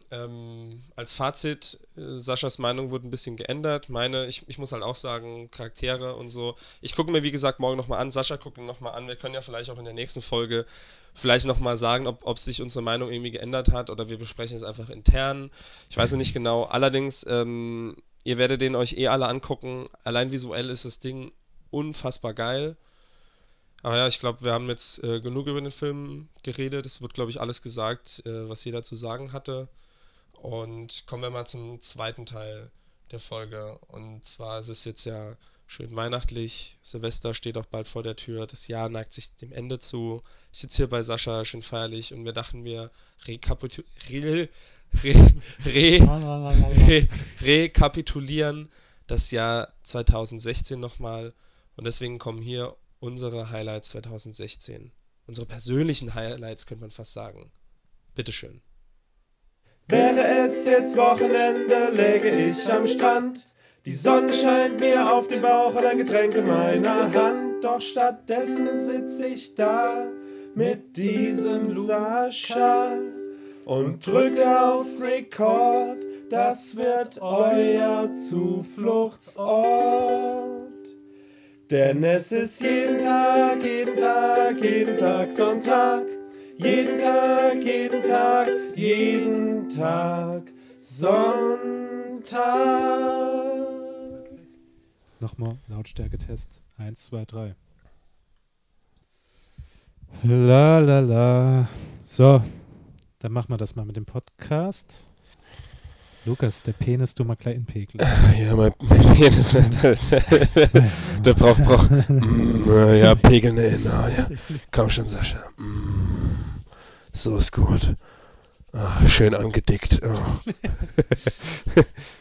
ähm, als Fazit, äh, Saschas Meinung wurde ein bisschen geändert. Meine, ich, ich muss halt auch sagen, Charaktere und so. Ich gucke mir, wie gesagt, morgen nochmal an. Sascha guckt ihn nochmal an. Wir können ja vielleicht auch in der nächsten Folge vielleicht nochmal sagen, ob, ob sich unsere Meinung irgendwie geändert hat oder wir besprechen es einfach intern. Ich weiß noch nicht genau. Allerdings, ähm, ihr werdet den euch eh alle angucken. Allein visuell ist das Ding unfassbar geil. Aber ja, ich glaube, wir haben jetzt äh, genug über den Film geredet. Es wird, glaube ich, alles gesagt, äh, was jeder zu sagen hatte. Und kommen wir mal zum zweiten Teil der Folge. Und zwar ist es jetzt ja schön weihnachtlich. Silvester steht auch bald vor der Tür. Das Jahr neigt sich dem Ende zu. Ich sitze hier bei Sascha, schön feierlich. Und wir dachten, wir rekapitu re re re re rekapitulieren das Jahr zweitausendsechzehn nochmal. Und deswegen kommen hier unsere Highlights zweitausendsechzehn. Unsere persönlichen Highlights, könnte man fast sagen. Bitteschön. Wäre es jetzt Wochenende, läge ich am Strand. Die Sonne scheint mir auf den Bauch und ein Getränk in meiner Hand. doch stattdessen sitz ich da mit diesem Sascha und drück auf Record, das wird euer Zufluchtsort. Denn es ist jeden Tag, jeden Tag, jeden Tag Sonntag, jeden Tag, jeden Tag, jeden Tag Sonntag. Nochmal Lautstärke-Test. Eins, zwei, drei. La la la. So, dann machen wir das mal mit dem Podcast. Lukas, der Penis, du mal gleich in Pegel. Ja, mein Penis, der, der braucht, braucht, mm, ja, Pegel, ne, na, ja. Komm schon, Sascha. Mm, so ist gut. Ah, schön angedickt. Oh.